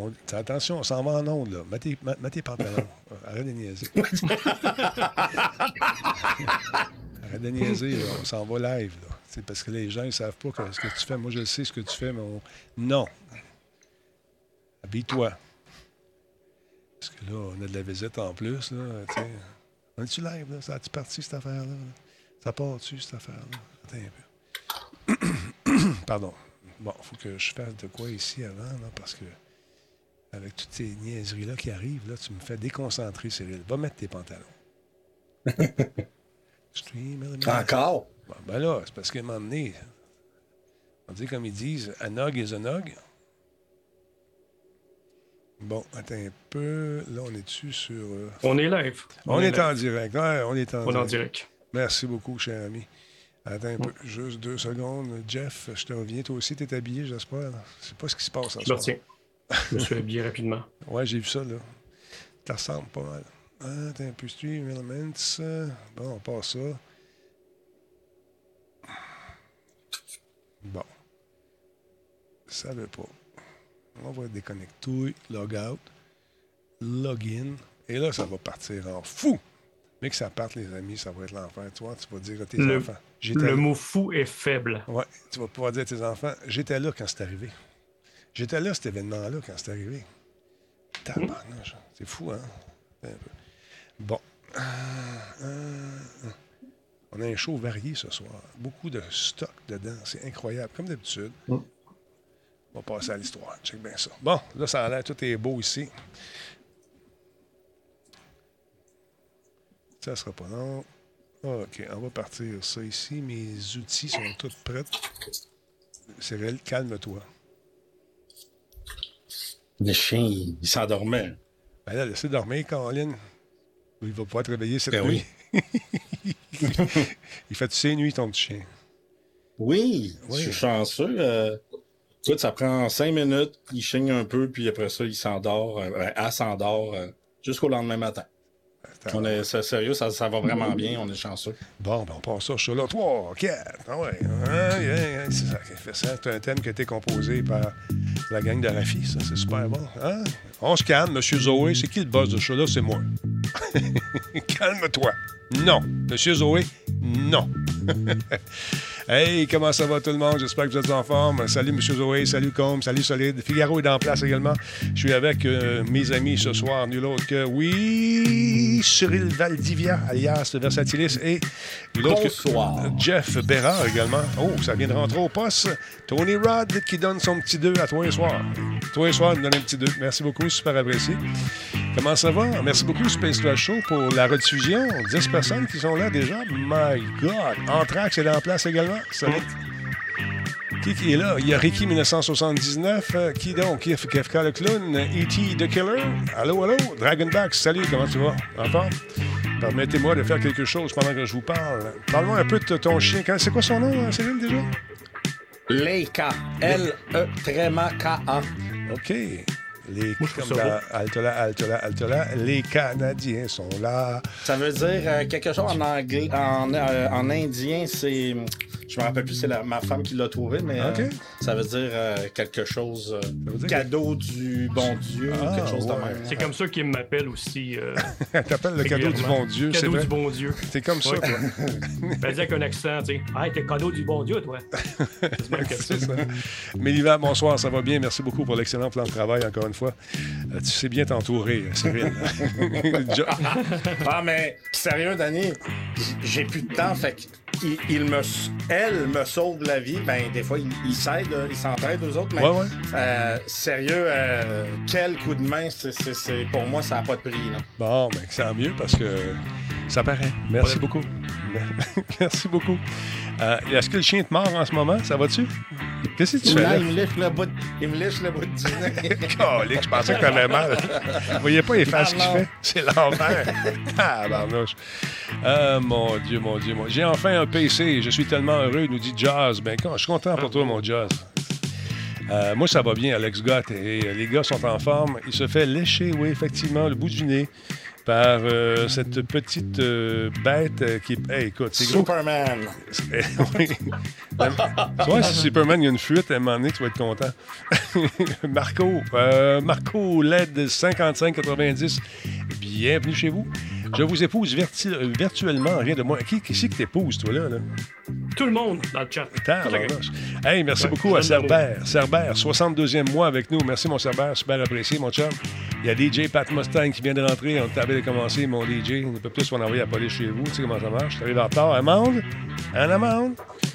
Attention, on s'en va en onde, là. Mets tes pantalons. Arrête de niaiser. Arrête de niaiser, là. On s'en va live, là. C'est parce que les gens, ils savent pas ce que tu fais. Moi, je sais ce que tu fais, mais non. Habille-toi. Parce que là, on a de la visite en plus, là. T'sais. On est-tu live, là? Ça a-tu parti, cette affaire-là? Ça part-tu, cette affaire-là? Attends un peu. Pardon. Bon, il faut que je fasse de quoi ici avant, là, parce que avec toutes ces niaiseries-là qui arrivent, là, tu me fais déconcentrer, Cyril. Va mettre tes pantalons. Encore? Bon, ben là, c'est parce qu'à un moment donné, on dit comme ils disent, a nog is a nog. Bon, attends un peu. Là, on est-tu sur... On est live. On est en direct. Ouais, on est en direct. Merci beaucoup, cher ami. Attends un peu, juste 2 secondes. Jeff, je te reviens. Toi aussi, t'es habillé, j'espère. Je sais pas ce qui se passe en ce moment. Tiens. Je me suis habillé rapidement. Ouais, j'ai vu ça, là. Ça ressemble pas mal. Attends un peu, Stream Elements. Bon, on passe ça. Bon. Ça veut pas. On va déconnecter, log out, login. Et là, ça va partir en fou. Mais que ça parte, les amis, ça va être l'enfer. Tu vois, tu vas dire à tes enfants. Le mot fou est faible. Oui, tu vas pouvoir dire à tes enfants, j'étais là quand c'est arrivé. J'étais là, cet événement-là, quand c'est arrivé. Tabarnouche. C'est fou, hein? Bon. On a un show varié ce soir. Beaucoup de stock dedans. C'est incroyable, comme d'habitude. On va passer à l'histoire. Check bien ça. Bon, là, ça a l'air, tout est beau ici. Ça sera pas long. OK, on va partir ça ici. Mes outils sont tous prêts. Cyril, calme-toi. Le chien, il s'endormait. Ben là, laissez dormir, Caroline. Il va pouvoir te réveiller cette nuit. Oui. Il fait ses nuits, ton petit chien. Oui, je suis chanceux. Écoute, ça prend 5 minutes, il chigne un peu, puis après ça, il s'endort. Elle s'endort jusqu'au lendemain matin. On est sérieux, ça va vraiment bien, on est chanceux. Bon, ben on passe ça. Je suis là, 3, 4. Ah ouais. C'est ça qui fait ça. C'est un thème qui a été composé par la gang de Rafi, ça. C'est super bon. Hein? On se calme, M. Zoé. C'est qui le boss de ce show-là? C'est moi. Calme-toi. Non. Monsieur Zoé, non. Hey, comment ça va tout le monde? J'espère que vous êtes en forme. Salut M. Zoé, salut Combe, salut Solide. Figaro est en place également. Je suis avec mes amis ce soir, nul autre que, oui, Cyril Valdivia, alias Versatilis, et nul autre que Jeff Bérard également. Oh, ça vient de rentrer au poste. Tony Rod qui donne son petit 2 à toi et soir. Toi et soir, nous donne un petit 2. Merci beaucoup, super apprécié. Comment ça va? Merci beaucoup, Space Trash Show, pour la rediffusion. 10 personnes qui sont là déjà. My God! Anthrax est en place également. Salut. Qui est là? Il y a Ricky 1979. Qui donc? KFK le clown. E.T. The Killer. Allô, allô? Dragonback, salut, comment tu vas? En forme? Permettez-moi de faire quelque chose pendant que je vous parle. Parle-moi un peu de ton chien. C'est quoi son nom, Céline, déjà? Leica. L-E-K-A. OK. Comme dans Altola, les Canadiens sont là. Ça veut dire quelque chose en anglais. En indien, c'est... Je me rappelle plus, c'est ma femme qui l'a trouvé, mais ça veut dire quelque chose... cadeau du bon Dieu, quelque chose de même. C'est comme ça qu'il m'appelle aussi. T'appelles le cadeau du bon Dieu, c'est vrai? Cadeau du bon Dieu. C'est comme ça, toi. Ben, dis avec un accent, tu sais. Hey, t'es cadeau du bon Dieu, toi. C'est même comme ça. Méliva, bonsoir, ça va bien. Merci beaucoup pour l'excellent plan de travail, encore une fois. Tu sais bien t'entourer, Cyril. Ah, mais sérieux, Danny, j'ai plus de temps, fait elle me sauve la vie. Ben, des fois, ils s'aident, ils s'entraident, eux autres, mais sérieux, quel coup de main, c'est pour moi, ça n'a pas de prix. Là. Bon, ben, c'est mieux parce que ça paraît. Merci beaucoup. Merci beaucoup. Est-ce que le chien te mord en ce moment? Ça va-tu? Qu'est-ce que tu fais là? Il me lèche le bout du nez. Calique, je pensais que t'avais mal. Vous voyez pas les faces qu'il fait? C'est l'enfer. Tabarnouche. Mon Dieu. J'ai enfin un PC. Je suis tellement heureux, nous dit Jazz. Ben, je suis content pour toi, mon Jazz. Moi, ça va bien, Alex Gott. Et les gars sont en forme. Il se fait lécher, oui, effectivement, le bout du nez. par cette petite bête qui est... Hey, écoute, c'est gros. Superman. Oui. Tu vois, si Superman, il y a une fuite, à un moment donné, tu vas être content. Marco LED 5590, bienvenue chez vous. Je vous épouse virtuellement, rien de moins. Qui c'est que t'épouses, toi, là? Tout le monde dans le chat. Hey, merci beaucoup à Cerbère. Cerbère, 62e mois avec nous. Merci, mon Cerbère, super apprécié, mon chum. Il y a DJ Pat Mustang qui vient de rentrer. On t'avait de commencer, mon DJ. On peut plus envoyer à la police chez vous. Tu sais comment ça marche? Tu arrives en retard. Amende? En amende?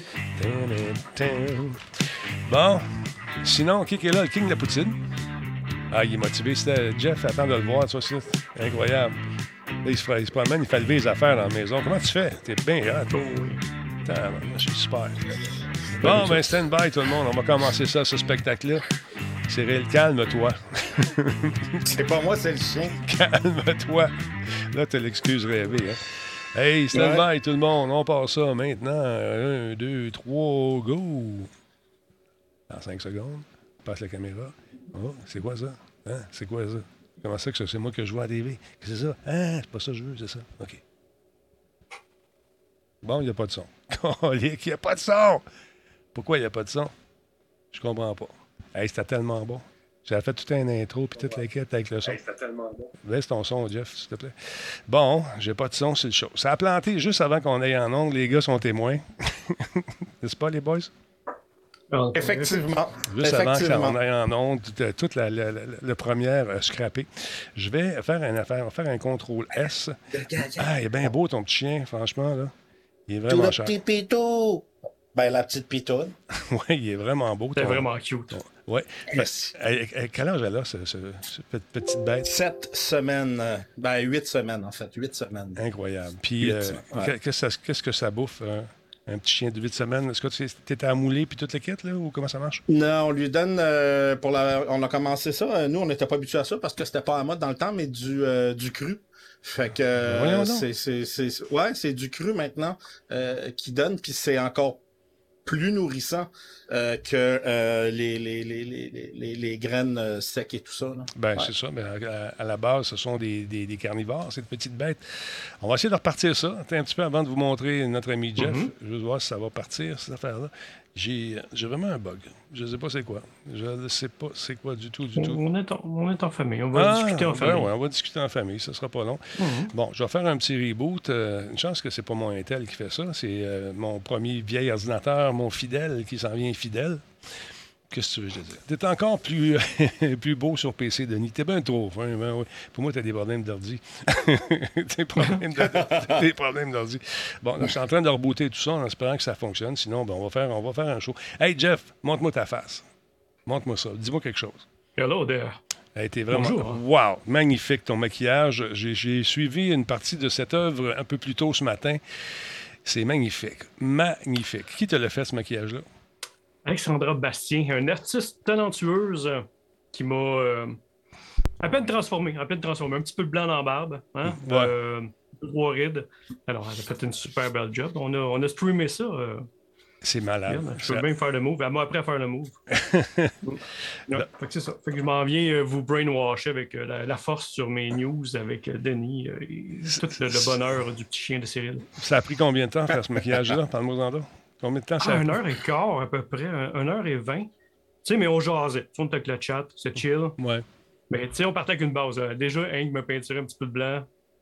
Bon. Sinon, qui est là? Le King de la Poutine. Ah, il est motivé. C'était Jeff. Attends de le voir, ça, c'est incroyable. Là, il se promène, il fait lever les affaires dans la maison. Comment tu fais? T'es bien, hein, toi? Je suis super. Bon, ben, stand by, tout le monde. On va commencer ça, ce spectacle-là. Cyril, calme-toi. C'est pas moi, c'est le chien. Calme-toi. Là, t'as l'excuse rêvée, hein? Hey, stand by, tout le monde. On part ça maintenant. 1, 2, 3, go! Dans 5 secondes. Passe la caméra. Oh, c'est quoi ça? Hein? C'est quoi ça? Comment ça que c'est moi que je vois à la TV? C'est ça? Hein? C'est pas ça que je veux, c'est ça? OK. Bon, il n'y a pas de son. Il n'y a pas de son! Pourquoi il n'y a pas de son? Je comprends pas. Hey, c'était tellement bon. J'avais fait tout un intro puis toute la quête avec le son. Hey, c'était tellement bon. Laisse ton son, Jeff, s'il te plaît. Bon, j'ai pas de son, c'est le show. Ça a planté juste avant qu'on aille en ongle. Les gars sont témoins. N'est-ce pas, les boys? Effectivement. Juste avant qu'on aille en ongle, toute la première scrappée. Je vais faire une affaire. On va faire un contrôle S. Ah, il est bien beau, ton petit chien, franchement, là. Il est vraiment cher. Tout le petit pitou! Ben, la petite pitoune. Oui, il est vraiment beau. C'est vraiment cute. Oui. Quel âge elle a, cette petite bête? 7 semaines. 8 semaines, en fait. 8 semaines. Incroyable. Puis, qu'est-ce que ça bouffe, un petit chien de 8 semaines? Est-ce que tu étais à mouler puis toute l'équipe, là, ou comment ça marche? Non, on lui donne, on a commencé ça. Nous, on n'était pas habitués à ça parce que c'était pas à mode dans le temps, mais du cru. Fait que c'est du cru maintenant qui donne, puis c'est encore plus nourrissant que les graines secs et tout ça. Là. Ben, c'est ça. Ben, à la base, ce sont des carnivores, ces petites bêtes. On va essayer de repartir ça. Un petit peu avant de vous montrer notre ami Jeff. Je veux voir si ça va partir, cette affaire-là. J'ai vraiment un bug. Je ne sais pas c'est quoi. Je ne sais pas c'est quoi du tout. On est en famille. On va discuter en famille. Oui, on va discuter en famille. Ça ne sera pas long. Bon, je vais faire un petit reboot. Une chance que c'est pas mon Intel qui fait ça. C'est mon premier vieil ordinateur, mon fidèle, qui s'en vient fidèle. Qu'est-ce que tu veux que je te dise? T'es encore plus beau sur PC, Denis. T'es bien trop fin. Ben, oui. Pour moi, t'as des problèmes d'ordi. Des problèmes d'ordi. Bon, là, je suis en train de rebooter tout ça en espérant que ça fonctionne. Sinon, ben, on va faire un show. Hey, Jeff, montre-moi ta face. Montre-moi ça. Dis-moi quelque chose. Hello there. Elle était vraiment... Bonjour. Wow! Magnifique, ton maquillage. J'ai suivi une partie de cette œuvre un peu plus tôt ce matin. C'est magnifique. Magnifique. Qui te l'a fait, ce maquillage-là? Alexandra Bastien, une artiste talentueuse qui m'a à peine transformé. Un petit peu de blanc dans la barbe. Hein? Ouais. 3 rides. Alors, elle a fait une super belle job. On a streamé ça. C'est malade. Je peux bien faire le move. Elle m'a appris à faire le move. Fait que c'est ça. Fait que je m'en viens vous brainwasher avec la force sur mes news avec Denis et tout le bonheur du petit chien de Cyril. Ça a pris combien de temps à faire ce maquillage-là? Parle-moi en combien de temps ça a pris? 1h15 à peu près. 1h20. Tu sais, mais on jasait. On était avec le chat. C'est chill. Ouais. Mais tu sais, on partait avec une base. Déjà, Hank me peinturait un petit peu de blanc.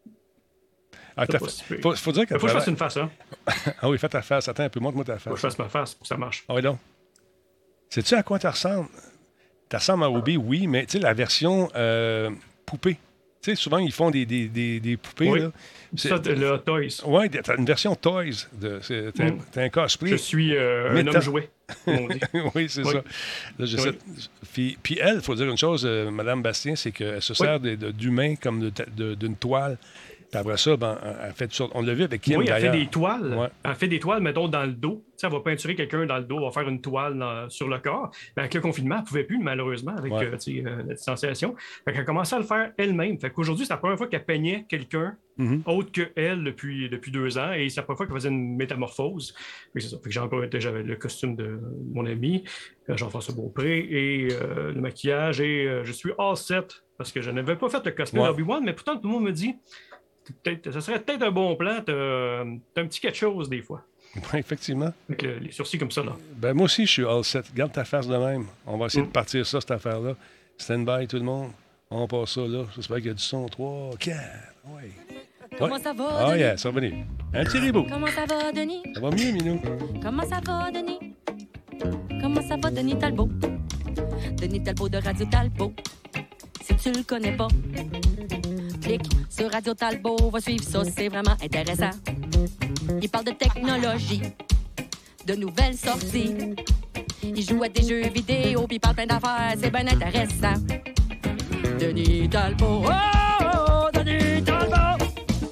Ah, faut dire que faut que je fasse une face, hein? Ah oui, fais ta face. Attends un peu, montre-moi ta face. Faut que je fasse ma face pour que ça marche. Ah oui, donc. Sais-tu à quoi tu ressembles? Tu ressembles à Obi, oui, mais tu sais, la version poupée. Tu sais, souvent, ils font des poupées. Oui. Là. Ça, le Toys. Oui, tu as une version Toys. T'as un cosplay. Je suis un homme jouet, comme on dit. Oui, c'est ça. Là, puis elle, il faut dire une chose, Mme Bastien, c'est qu'elle se sert d'humain comme d'une toile. Puis après ça, elle fait toutes sortes. On l'a vu avec Kim, d'ailleurs. Oui, elle fait des toiles. Ouais. Elle fait des toiles, mettons, dans le dos. Elle va peinturer quelqu'un dans le dos, elle va faire une toile sur le corps. Mais avec le confinement, elle ne pouvait plus, malheureusement, avec la distanciation. Fait qu'elle a commencé à le faire elle-même. Fait qu'aujourd'hui, c'est la première fois qu'elle peignait quelqu'un autre qu'elle depuis 2 ans. Et c'est la première fois qu'elle faisait une métamorphose. Fait que c'est ça. Fait que j'avais le costume de mon ami, Jean-François Beaupré, et le maquillage. Et je suis all set parce que je n'avais pas fait le cosplay d'Obi-Wan, mais pourtant, tout le monde me dit ça serait peut-être un bon plan. T'as un petit quelque chose des fois. Oui, effectivement. Avec les sourcils comme ça, là. Ben, moi aussi, je suis all set. Garde ta face de même. On va essayer de partir ça, cette affaire-là. Stand by, tout le monde. On passe ça, là. J'espère qu'il y a du son. 3, 4. Oui. Comment ça va, Ah, Denis? yeah, ça va venir. Un petit ribot. Comment ça va, Denis? Ça va mieux, Minou. Comment ça va, Denis? Comment ça va, Denis Talbot? Denis Talbot de Radio Talbot. Si tu le connais pas, clique sur Radio Talbot. Va suivre ça, c'est vraiment intéressant. Il parle de technologie, de nouvelles sorties. Il joue à des jeux vidéo, puis il parle plein d'affaires, c'est bien intéressant. Denis Talbot, oh, oh, oh, Denis Talbot.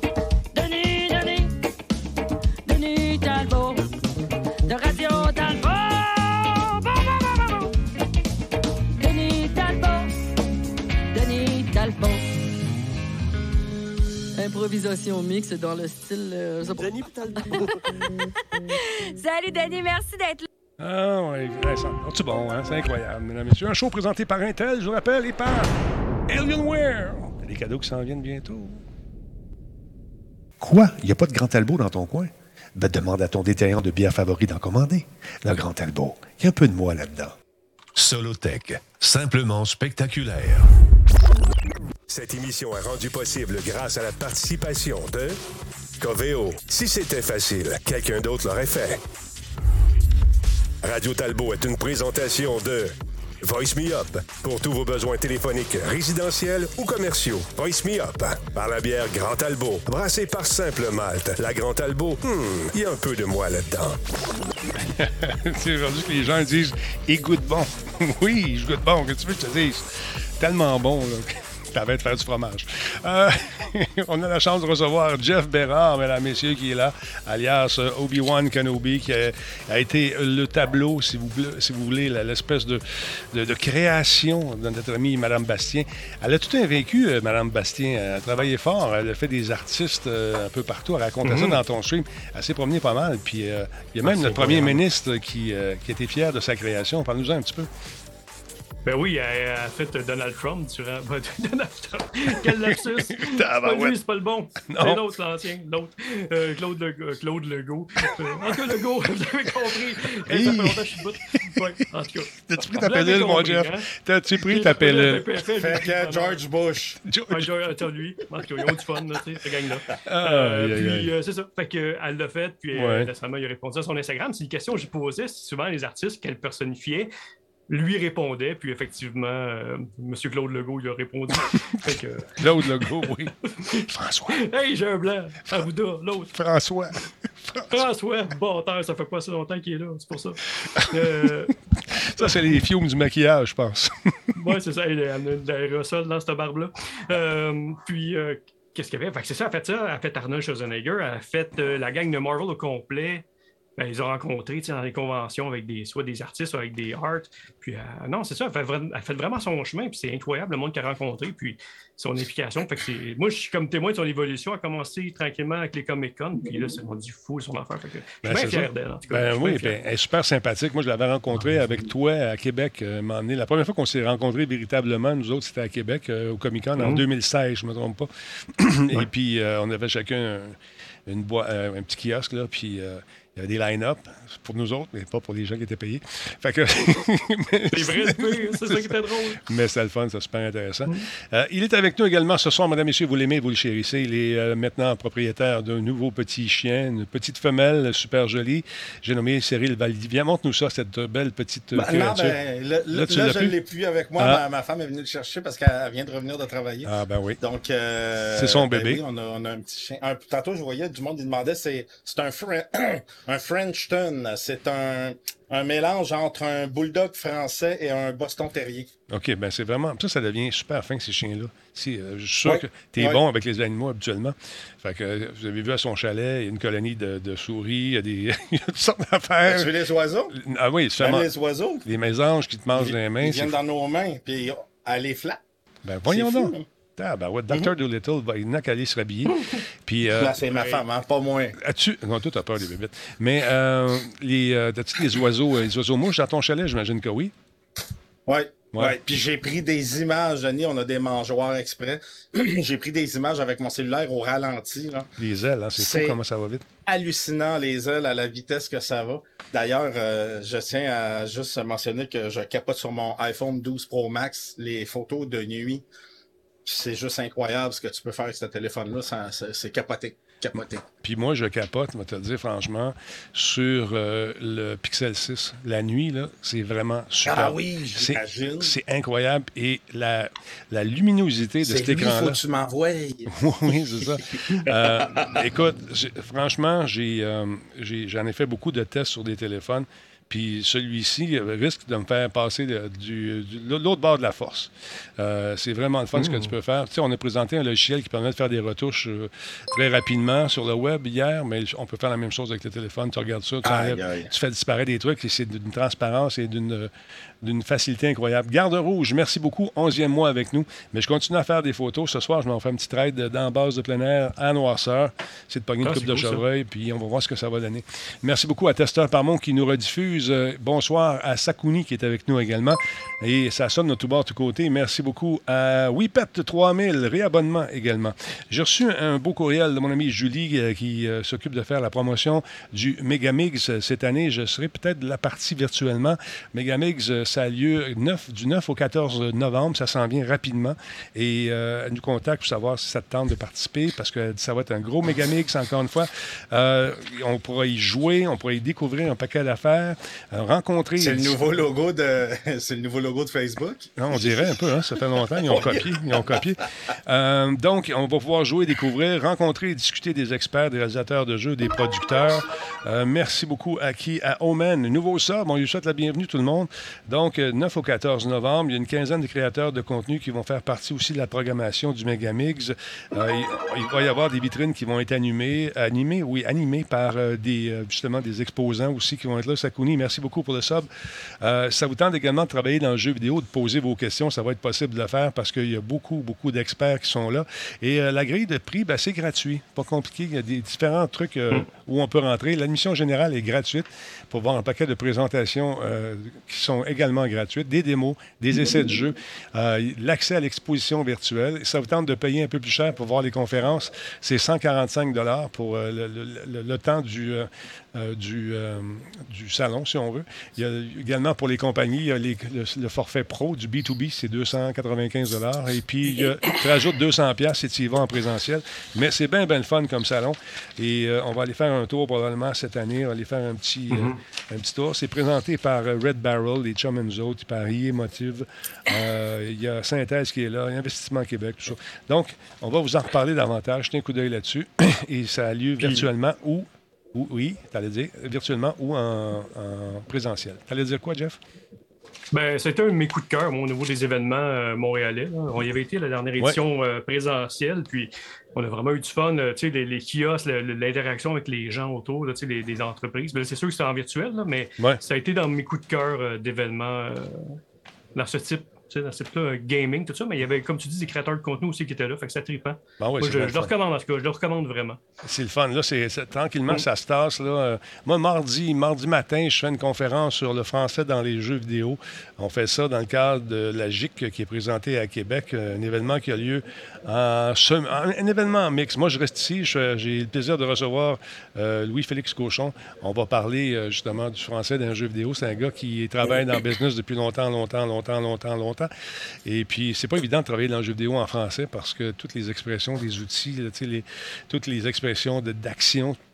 Denis Talbot, de Radio Talbot. Denis Talbot. Improvisation mix dans le style... Denis Talbot. Salut Denis, merci d'être là. Ah oui, c'est bon, hein? C'est incroyable, mesdames et messieurs. Un show présenté par Intel, je vous rappelle, et par Alienware. Il y a des cadeaux qui s'en viennent bientôt. Quoi? Il n'y a pas de Grand Talbot dans ton coin? Ben, demande à ton détaillant de bière favori d'en commander. Le Grand Talbot. Il y a un peu de moi là-dedans. Solotech, simplement spectaculaire. Cette émission est rendue possible grâce à la participation de Coveo. Si c'était facile, quelqu'un d'autre l'aurait fait. Radio Talbot est une présentation de Voice Me Up. Pour tous vos besoins téléphoniques, résidentiels ou commerciaux. Voice Me Up. Par la bière Grand Talbot. Brassée par Simple Malte. La Grand Talbot, il y a un peu de moi là-dedans. C'est aujourd'hui que les gens disent « Il goûte bon ». Oui, je goûte bon. Qu'est-ce que tu veux que je te dise? Tellement bon, là. T'avais de faire du fromage. On a la chance de recevoir Jeff Bérard, mesdames, messieurs, qui est là, alias Obi-Wan Kenobi, qui a été le tableau, si vous voulez, l'espèce de création de notre amie Mme Bastien. Elle a tout invaincu, Mme Bastien. Elle a travaillé fort. Elle a fait des artistes un peu partout. Elle racontait ça dans ton stream. Elle s'est promenée pas mal. Puis il y a même notre premier ministre qui était fier de sa création. Parle-nous-en un petit peu. Ben oui, elle a fait Donald Trump durant... Donald Trump! Quel lapsus! C'est pas lui, c'est pas le bon. Non. C'est l'autre, l'ancien. L'autre. Claude Legault. En tout cas, Legault, vous avez compris. Ça fait longtemps que je suis debout. Ouais, en tout cas. T'as-tu pris ta pilule, mon Jeff? Hein? T'as-tu pris ta pilule? Fait que George Bush. Lui. En tout cas, ils ont du fun, là, tu sais, cette gang-là. Puis, c'est ça. Fait qu'elle l'a fait, puis récemment, il a répondu à son Instagram. C'est une question que j'ai posée, c'est souvent les artistes qu'elle personnifiait. Lui répondait, puis effectivement, M. Claude Legault, il a répondu. Fait que... Claude Legault, oui. François. Hey, j'ai un blanc. Arruda, l'autre. François, bâtard, ça fait pas si longtemps qu'il est là, c'est pour ça. Ça, c'est les fumes du maquillage, je pense. Ouais, c'est ça, il y a l'aérosol dans cette barbe-là. Puis, qu'est-ce qu'il y avait? Fait que c'est ça, elle a fait ça, elle a fait Arnold Schwarzenegger, elle a fait la gang de Marvel au complet. Ben, ils ont rencontré dans les conventions avec soit des artistes, soit avec des arts. Puis, non, c'est ça, elle fait vraiment son chemin. Puis, c'est incroyable le monde qu'elle a rencontré. Puis, son implication. Fait que moi, je suis comme témoin de son évolution. Elle a commencé tranquillement avec les Comic-Con. Puis là, c'est rendu fou son affaire. Fait que je suis bien fier d'elle. En tout cas, oui, elle est super sympathique. Moi, je l'avais rencontrée avec toi à Québec. La première fois qu'on s'est rencontrés véritablement, nous autres, c'était à Québec, au Comic-Con, en 2016, je ne me trompe pas. Et puis, on avait chacun un petit kiosque, là. Puis, il y avait des line-up pour nous autres, mais pas pour les gens qui étaient payés. Fait que... c'est vrai, c'est ça qui était drôle. Mais c'était le fun, c'est super intéressant. Il est avec nous également ce soir, mesdames et messieurs, vous l'aimez, vous le chérissez. Il est maintenant propriétaire d'un nouveau petit chien, une petite femelle super jolie. J'ai nommé Cyril Valdivia. Montre-nous ça, cette belle petite créature. Non, là je ne l'ai plus avec moi. Ma femme est venue le chercher parce qu'elle vient de revenir de travailler. Ah, ben oui. Donc, c'est son bébé. Oui, on a un petit chien. Tantôt, je voyais du monde qui demandait, c'est un un Frenchton. C'est un mélange entre un bulldog français et un Boston Terrier. OK, bien c'est vraiment... Ça devient super fin, ces chiens-là. Je suis sûr que tu es bon avec les animaux habituellement. Fait que vous avez vu à son chalet, il y a une colonie de souris, il y a des il y a toutes sortes d'affaires. Tu veux les oiseaux? Ah oui, c'est vraiment... les oiseaux. Les mésanges qui te mangent dans les mains. Ils viennent dans nos mains, puis elle les flatte. Ben voyons C'est fou, donc. Dr. Dolittle, il n'a qu'à aller se rhabiller. Puis, là, c'est ma femme, hein, pas moi. Non, toi, t'as peur des bébites. Mais t'as-tu les oiseaux mouches dans ton chalet? J'imagine que oui. Oui. Ouais. Puis j'ai pris des images, Denis, on a des mangeoires exprès. J'ai pris des images avec mon cellulaire au ralenti. Là. Les ailes, hein, c'est fou comment ça va vite. Hallucinant, les ailes, à la vitesse que ça va. D'ailleurs, je tiens à juste mentionner que je capote sur mon iPhone 12 Pro Max les photos de nuit. C'est juste incroyable ce que tu peux faire avec ce téléphone-là. C'est capoté. Puis moi, je capote, je vais te le dire franchement, sur le Pixel 6. La nuit, là, c'est vraiment super. Ah oui, j'imagine. C'est incroyable. Et la luminosité de cet écran-là... faut que tu m'envoies. Oui, c'est ça. Écoute, franchement, j'en ai fait beaucoup de tests sur des téléphones. Puis celui-ci risque de me faire passer de l'autre bord de la force. C'est vraiment le fun ce que tu peux faire. Tu sais, on a présenté un logiciel qui permet de faire des retouches très rapidement sur le web hier, mais on peut faire la même chose avec le téléphone. Tu regardes ça, tu fais disparaître des trucs et c'est d'une transparence et d'une facilité incroyable. Garde rouge, merci beaucoup. 11e mois avec nous. Mais je continue à faire des photos. Ce soir, je m'en fais un petit trade dans la base de plein air à noirceur. C'est de pogner une coupe de chevreuil, puis on va voir ce que ça va donner. Merci beaucoup à Testeur Parmont qui nous rediffuse. Bonsoir à Sakouni qui est avec nous également. Et ça sonne de tout bord, de tout côté. Merci beaucoup à Wipet 3000, réabonnement également. J'ai reçu un beau courriel de mon amie Julie qui s'occupe de faire la promotion du Megamix cette année. Je serai peut-être de la partie virtuellement. Megamix, ça a lieu du 9 au 14 novembre. Ça s'en vient rapidement. Et elle nous contacte pour savoir si ça te tente de participer parce que ça va être un gros Megamix, encore une fois. On pourra y jouer, on pourra y découvrir un paquet d'affaires. Rencontrer... C'est le nouveau logo de Facebook? Non, on dirait un peu, hein? Ça fait longtemps. Ils ont copié. Donc, on va pouvoir jouer, découvrir, rencontrer et discuter des experts, des réalisateurs de jeux, des producteurs. Merci beaucoup à Omen. Nouveau sub, on lui souhaite la bienvenue tout le monde. Donc, 9 au 14 novembre, il y a une quinzaine de créateurs de contenu qui vont faire partie aussi de la programmation du Megamix. Il va y avoir des vitrines qui vont être animées par justement des exposants aussi qui vont être là. Sakouni, merci beaucoup pour le sub. Ça vous tente également de travailler dans le jeu vidéo, de poser vos questions. Ça va être possible de le faire parce qu'il y a beaucoup d'experts qui sont là. Et la grille de prix, c'est gratuit. Pas compliqué. Il y a des différents trucs où on peut rentrer. L'admission générale est gratuite pour voir un paquet de présentations qui sont également gratuites, des démos, des essais de jeu, l'accès à l'exposition virtuelle. Ça vous tente de payer un peu plus cher pour voir les conférences. C'est 145 $ pour le temps du salon, si on veut. Il y a également pour les compagnies, il y a le forfait pro du B2B, c'est 295 $ Et puis, tu rajoutes 200 $ si tu y vas en présentiel. Mais c'est bien le fun comme salon. Et on va aller faire un tour probablement cette année. On va aller faire un petit tour. C'est présenté par Red Barrel, les Chum Enzo, par IE Motive. Il y a Synthèse qui est là, Investissement Québec, tout ça. Donc, on va vous en reparler davantage. Jetez un coup d'œil là-dessus. Et ça a lieu virtuellement oui, t'allais dire virtuellement ou en présentiel. T'allais dire quoi, Jeff? Ben, c'était un de mes coups de cœur, au niveau des événements montréalais. Là. On y avait été à la dernière édition présentielle, puis on a vraiment eu du fun. Tu sais, les kiosques, l'interaction avec les gens autour, là, tu sais, les entreprises. Ben, c'est sûr que c'était en virtuel, là, mais ça a été dans mes coups de cœur d'événements dans ce type. Dans ce type-là, gaming, tout ça, mais il y avait, comme tu dis, des créateurs de contenu aussi qui étaient là, fait que c'est trippant. Moi, je le recommande en tout cas, je le recommande vraiment. C'est le fun, là, tranquillement, ça se tasse, là. Moi, mardi matin, je fais une conférence sur le français dans les jeux vidéo. On fait ça dans le cadre de la GIC qui est présentée à Québec, un événement qui a lieu un événement mix. Moi, je reste ici, j'ai le plaisir de recevoir Louis-Félix Cochon. On va parler justement du français dans les jeux vidéo. C'est un gars qui travaille dans le business depuis longtemps. Et puis, c'est pas évident de travailler dans le jeu vidéo en français parce que toutes les expressions, des outils, toutes les expressions d'action,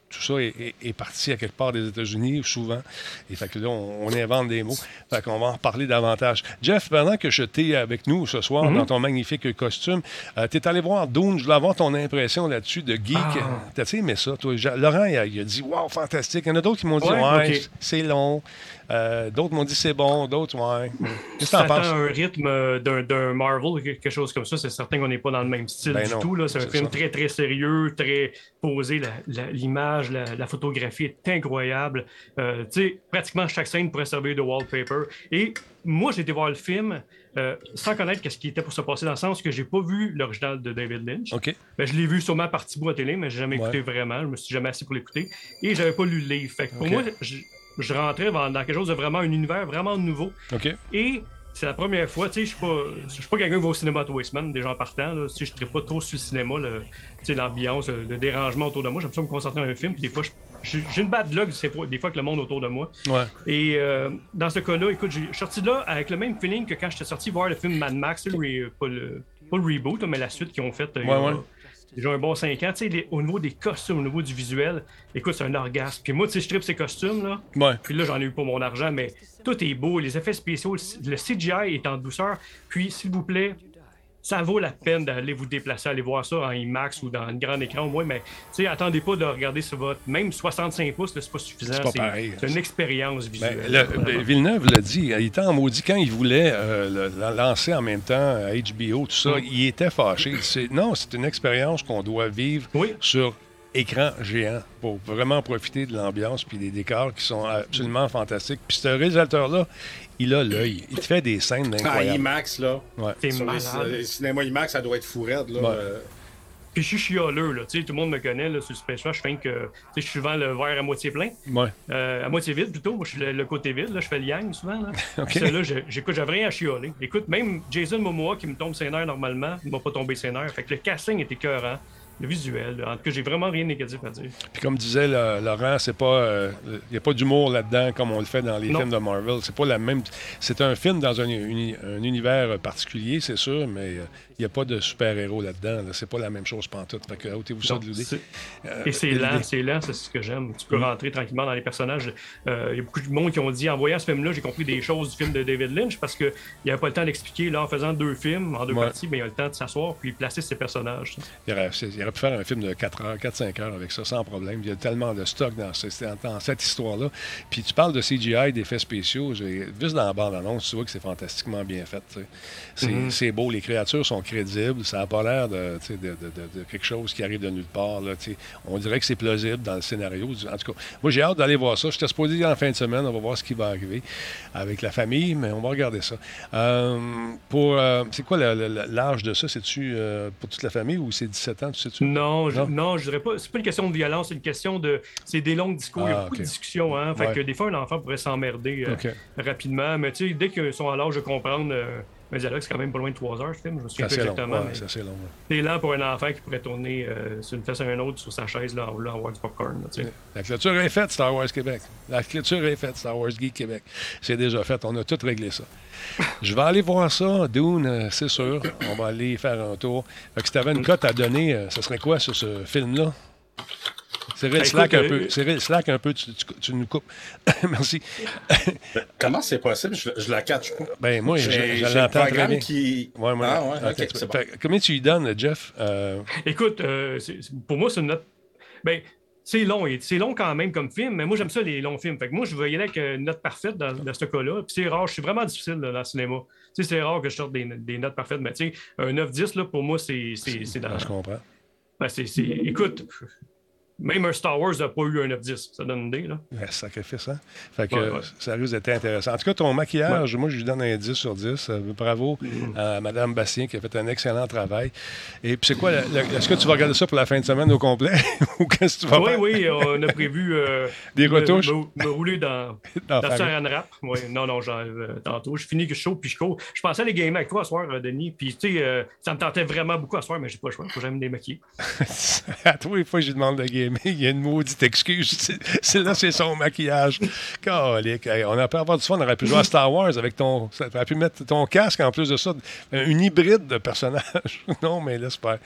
tout ça est parti à quelque part des États-Unis, souvent. Et fait que là, on invente des mots. Fait qu'on va en reparler davantage. Jeff, pendant que je t'ai avec nous ce soir, dans ton magnifique costume, t'es allé voir Dune. Je voulais avoir ton impression là-dessus de geek. T'as-tu aimé ça, toi? Laurent, il a dit « Wow, fantastique ». Il y en a d'autres qui m'ont dit c'est long ». D'autres m'ont dit c'est bon, d'autres, Qu'est-ce que t'en penses? Un rythme d'un Marvel, quelque chose comme ça, c'est certain qu'on n'est pas dans le même style du tout. Là. C'est un film très, très sérieux, très posé. L'image, la photographie est incroyable. Pratiquement chaque scène pourrait servir de wallpaper. Et moi, j'ai été voir le film sans connaître ce qui était pour se passer, dans le sens que j'ai pas vu l'original de David Lynch. Ben, je l'ai vu sûrement par petits bouts à télé, mais j'ai jamais écouté vraiment. Je me suis jamais assis pour l'écouter. Et j'avais pas lu le livre. Fait que pour moi, je rentrais dans quelque chose de vraiment, un univers vraiment nouveau. Et c'est la première fois, je suis pas quelqu'un qui va au cinéma tous les semaines, des gens partant, là, je ne serais pas trop sur le cinéma, l'ambiance, le dérangement autour de moi. J'aime ça me concentrer sur un film, puis des fois, j'ai une bad luck des fois avec le monde autour de moi. Et dans ce cas-là, écoute, je suis sorti de là avec le même feeling que quand j'étais sorti voir le film Mad Max, pas le reboot, mais la suite qu'ils ont faite. Déjà un bon 5 ans, au niveau des costumes, au niveau du visuel, écoute, c'est un orgasme. Puis moi, je tripe ces costumes, là. Puis là, j'en ai eu pour mon argent, mais tout est beau, les effets spéciaux, le CGI est en douceur. Puis, s'il vous plaît, ça vaut la peine d'aller vous déplacer, aller voir ça en IMAX ou dans un grand écran au moins, mais attendez pas de regarder sur votre... Même 65 pouces, là, c'est pas suffisant. C'est pas pareil. C'est une expérience visuelle. Villeneuve l'a dit, il était en maudit quand il voulait lancer en même temps HBO, tout ça, il était fâché. C'est une expérience qu'on doit vivre sur écran géant pour vraiment profiter de l'ambiance puis des décors qui sont absolument fantastiques. Puis ce réalisateur-là, il a l'œil. Il te fait des scènes incroyables. IMAX, là. C'est malade. Les cinémas IMAX, ça doit être fou raide, là. Puis je suis chialeux, là. Tout le monde me connaît là, sur le Space Rush. Je fais que je suis souvent le verre à moitié plein. À moitié vide, plutôt. Moi, je suis le côté vide. Là. Je fais le yang souvent. Là. Là, j'avais rien à chialer. Écoute, même Jason Momoa, qui me tombe ses nerfs normalement, il m'a pas tombé ses nerfs. Fait que le casting était écœurant. Le visuel, en tout cas, j'ai vraiment rien de négatif à dire. Puis comme disait Laurent, c'est pas, y a pas d'humour là-dedans comme on le fait dans les films de Marvel. C'est pas la même. C'est un film dans un univers particulier, c'est sûr, mais il n'y a pas de super-héros là-dedans. Là. C'est pas la même chose pantoute. Fait que ôtez-vous ça de l'idée. Et c'est lent, c'est ce que j'aime. Tu peux rentrer tranquillement dans les personnages. Il y a beaucoup de monde qui ont dit, en voyant ce film-là, j'ai compris des choses du film de David Lynch parce qu'il n'y avait pas le temps d'expliquer. Là, en faisant 2 films, en 2 parties, il y a le temps de s'asseoir puis placer ses personnages. Il aurait pu faire un film de 4-5 heures avec ça, sans problème. Il y a tellement de stock dans cette histoire-là. Puis tu parles de CGI, d'effets spéciaux. Juste dans la bande-annonce, tu vois que c'est fantastiquement bien fait. C'est beau, les créatures sont crédibles. Ça n'a pas l'air de quelque chose qui arrive de nulle part. Là, on dirait que c'est plausible dans le scénario. En tout cas, moi, j'ai hâte d'aller voir ça. J'étais supposé en fin de semaine. On va voir ce qui va arriver avec la famille, mais on va regarder ça. C'est quoi l'âge de ça? C'est-tu pour toute la famille ou c'est 17 ans? Tu sais-tu? Non, je dirais pas. C'est pas une question de violence, c'est une question de. C'est des longs discours, il y a beaucoup de discussions. Hein, fait que des fois, un enfant pourrait s'emmerder rapidement. Mais tu sais, dès qu'ils sont à l'âge de comprendre. Un dialogue, c'est quand même pas loin de 3 heures, ce film. Je me souviens plus exactement. C'est assez long. C'est lent pour un enfant qui pourrait tourner sur une face à un autre sur sa chaise là, en voulant avoir du popcorn. La clôture est faite, Star Wars Québec. La clôture est faite, Star Wars Geek Québec. C'est déjà fait. On a tout réglé ça. Je vais aller voir ça, Dune, c'est sûr. On va aller faire un tour. Fait que si tu avais une cote à donner, ce serait quoi sur ce film-là? Cyril, slack un peu. Cyril, slack un peu, tu nous coupes. Merci. Comment c'est possible? Je la catch pas. Ben moi, je l'entends très bien. Qui... Ouais, OK, c'est bon. Combien tu lui donnes, Jeff? Écoute, pour moi, c'est une note... Ben, c'est long quand même comme film, mais moi, j'aime ça, les longs films. Fait que moi, je vais y aller avec une note parfaite dans ce cas-là. Puis c'est rare, je suis vraiment difficile là, dans le cinéma. Tu sais, c'est rare que je sorte des notes parfaites, mais tu sais, un 9-10, là, pour moi, c'est dans... Je comprends. Ben, écoute... Même un Star Wars n'a pas eu un 9-10. Ça donne une idée, là. Sacrifice, hein? Fait que ça risque d'être intéressant. En tout cas, ton maquillage, moi, je lui donne un 10 sur 10. Bravo à Mme Bastien qui a fait un excellent travail. Et puis, c'est quoi? Est-ce que tu vas regarder ça pour la fin de semaine au complet? Ou qu'est-ce que tu vas faire? Oui, on a prévu... des retouches? Me rouler dans Saran Wrap. Oui, non, j'enlève tantôt. Je finis que je chauffe puis je cours. Je pensais aller gamer avec toi ce soir, Denis. Puis, tu sais, ça me tentait vraiment beaucoup à ce soir, mais j'ai pas le choix. Faut jamais me démaquiller. À toi, il faut que je lui demande de gamer. mais il y a une maudite excuse. C'est son maquillage. Calique. Hey, on aurait pu avoir du fun. On aurait pu jouer à Star Wars avec ton... On aurait pu mettre ton casque en plus de ça. Une hybride de personnage. Non, mais là, c'est pas...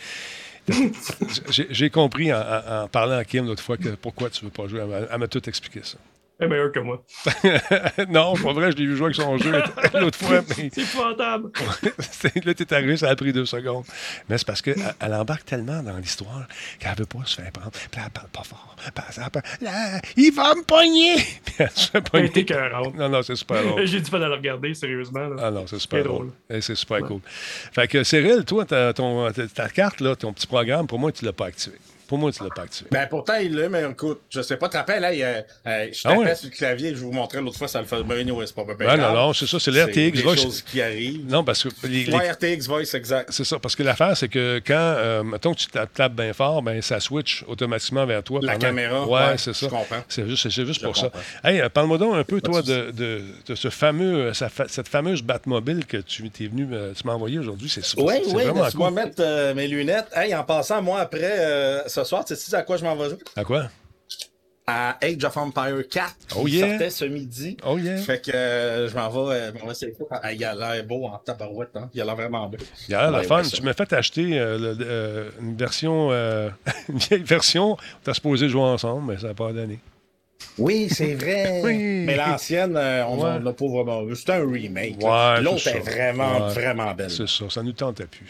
J'ai compris en parlant à Kim l'autre fois pourquoi tu veux pas jouer. Elle m'a tout expliqué ça. Elle est meilleure que moi. Non, c'est pas vrai, je l'ai vu jouer avec son jeu l'autre fois. Mais... C'est épouvantable. Là, t'es arrivé, ça a pris 2 secondes. Mais c'est parce qu'elle embarque tellement dans l'histoire qu'elle veut pas se faire prendre. Puis elle parle pas fort. Là, il va me pogner! Puis elle se fait pogner. Elle était écœurante. Non, c'est super drôle. J'ai du fun à la regarder, sérieusement. Là. Ah non, c'est super drôle. C'est super cool. Fait que Cyril, toi, ta carte, là, ton petit programme, pour moi, tu l'as pas activé. Pour moi, tu l'as pas activé. Ben, pourtant, il l'a, mais écoute, je sais pas, tu te rappelles, je tapais sur le clavier, je vous montrais l'autre fois, ça le fait. Ben, c'est pas bien. Non, c'est ça, c'est le RTX Voice. C'est des choses qui arrivent. Non, parce que. RTX Voice, exact. C'est ça, parce que l'affaire, c'est que quand, mettons que tu tapes bien fort, ben, ça switch automatiquement vers toi. La caméra. Ouais, c'est ça. Je comprends. C'est juste pour ça. Hey, parle-moi donc un peu, toi, de cette fameuse Batmobile que tu t'es venu, tu m'as envoyé aujourd'hui. C'est oui, vraiment cool. laisse-moi mettre mes lunettes. Hey, en passant, moi, après, ce soir, tu sais à quoi je m'en vais jouer? À quoi? À Age of Empire 4 qui sortait ce midi. Oh yeah. Fait que je m'en vais essayer. Il a l'air beau en tabarouette. Hein? Il a l'air vraiment beau. Il a l'air la fun. Tu m'as fait acheter une version, une vieille version. Tu as supposé jouer ensemble, mais ça n'a pas donné. Oui, c'est vrai. Oui. Mais l'ancienne, on n'a pas vraiment vu. C'était un remake. Ouais, l'autre est vraiment belle. C'est ça. Ça nous tentait plus.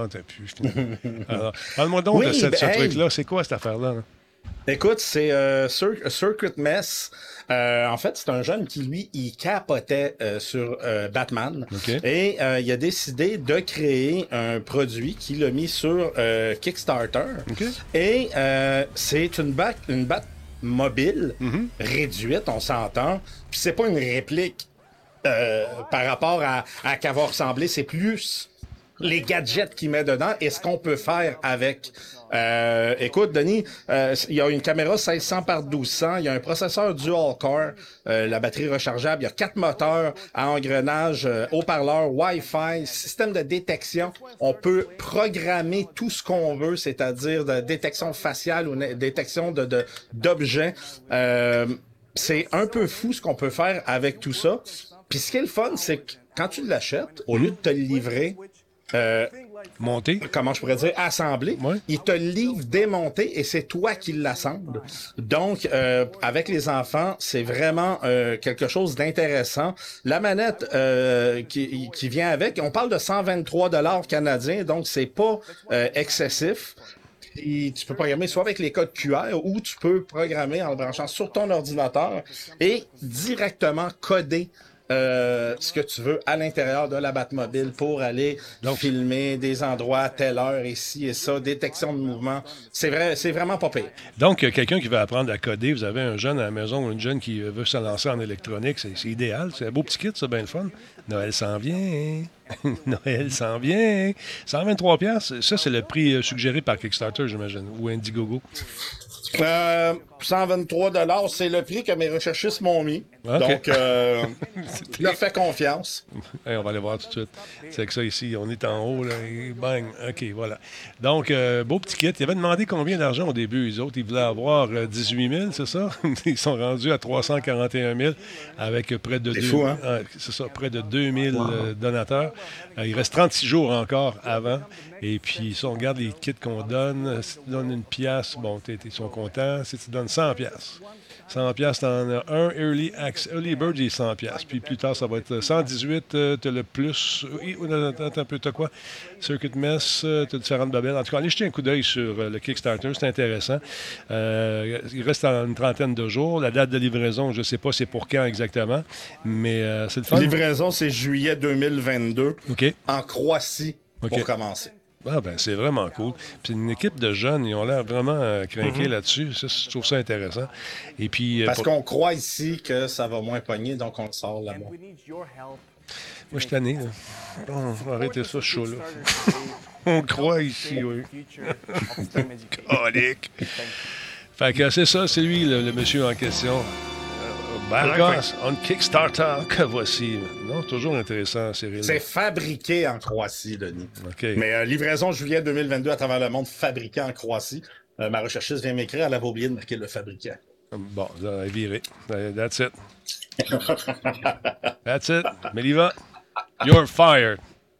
Alors, parle-moi donc de ce truc-là. C'est quoi cette affaire-là? Là? Écoute, c'est Circuit Mess. En fait, c'est un jeune qui, lui, il capotait sur Batman. Okay. Et il a décidé de créer un produit qu'il a mis sur Kickstarter. Okay. Et c'est une Batmobile réduite, on s'entend. Puis c'est pas une réplique par rapport à qu'elle va ressembler. C'est plus les gadgets qu'il met dedans et ce qu'on peut faire avec. Écoute, Denis, il y a une caméra 1600 par 1200, il y a un processeur dual-core, la batterie rechargeable, il y a 4 moteurs à engrenage, haut-parleur, Wi-Fi, système de détection. On peut programmer tout ce qu'on veut, c'est-à-dire de détection faciale ou détection d'objets. C'est un peu fou ce qu'on peut faire avec tout ça. Puis ce qui est le fun, c'est que quand tu l'achètes, au lieu de te le livrer monté, comment je pourrais dire, assemblé, il te livre démonté et c'est toi qui l'assemble. Donc, avec les enfants, c'est vraiment quelque chose d'intéressant. La manette qui vient avec, on parle de 123 $ canadiens, donc c'est pas excessif. Et tu peux programmer soit avec les codes QR ou tu peux programmer en le branchant sur ton ordinateur et directement coder ce que tu veux à l'intérieur de la Batmobile pour aller filmer des endroits à telle heure, ici et ça, détection de mouvement. C'est vraiment pas pire. Donc, quelqu'un qui veut apprendre à coder, vous avez un jeune à la maison ou une jeune qui veut se lancer en électronique, c'est idéal. C'est un beau petit kit, c'est bien le fun. Noël s'en vient. Noël s'en vient. 123$, ça, c'est le prix suggéré par Kickstarter, j'imagine, ou Indiegogo. 123 $, c'est le prix que mes recherchistes m'ont mis. Okay. Donc, je leur fais confiance. Hey, on va aller voir tout de suite. C'est que ça ici, on est en haut, là, et bang. OK, voilà. Donc, beau petit kit. Ils avaient demandé combien d'argent au début, les autres. Ils voulaient avoir 18 000, c'est ça? Ils sont rendus à 341 000 avec près de c'est ça, près de 2000 donateurs. Il reste 36 jours encore avant. Et puis, si on regarde les kits qu'on donne, si tu donnes une pièce, bon, ils sont contents. Si tu donnes 100 pièces. 100 pièces, t'en as un Early Bird, il est 100 pièces. Puis plus tard, ça va être 118, t'as le plus. Attends un peu, t'as quoi? Circuit Mess, t'as différentes babelles. En tout cas, allez jeter un coup d'œil sur le Kickstarter, c'est intéressant. Il reste une trentaine de jours. La date de livraison, je ne sais pas c'est pour quand exactement, mais c'est le fun. Livraison, c'est juillet 2022 en Croatie pour commencer. Ah ben c'est vraiment cool. Puis une équipe de jeunes, ils ont l'air vraiment craqués là-dessus. Ça, je trouve ça intéressant. Et puis parce qu'on croit ici que ça va moins pogner, donc on le sort là-bas. Moi, je suis tanné. On va arrêter ça, ce show-là. On croit ici, oui. Colique. Fait que c'est ça, c'est lui, le monsieur en question. Barcos on Kickstarter, que voici. Non, toujours intéressant, Cyril. C'est fabriqué en Croatie, Denis. OK. Mais livraison juillet 2022 à travers le monde, fabriqué en Croatie. Ma recherchiste vient m'écrire, elle avait oublié de marquer le fabricant. Bon, là, elle est virée. That's it. That's it. Méliva, you're fired.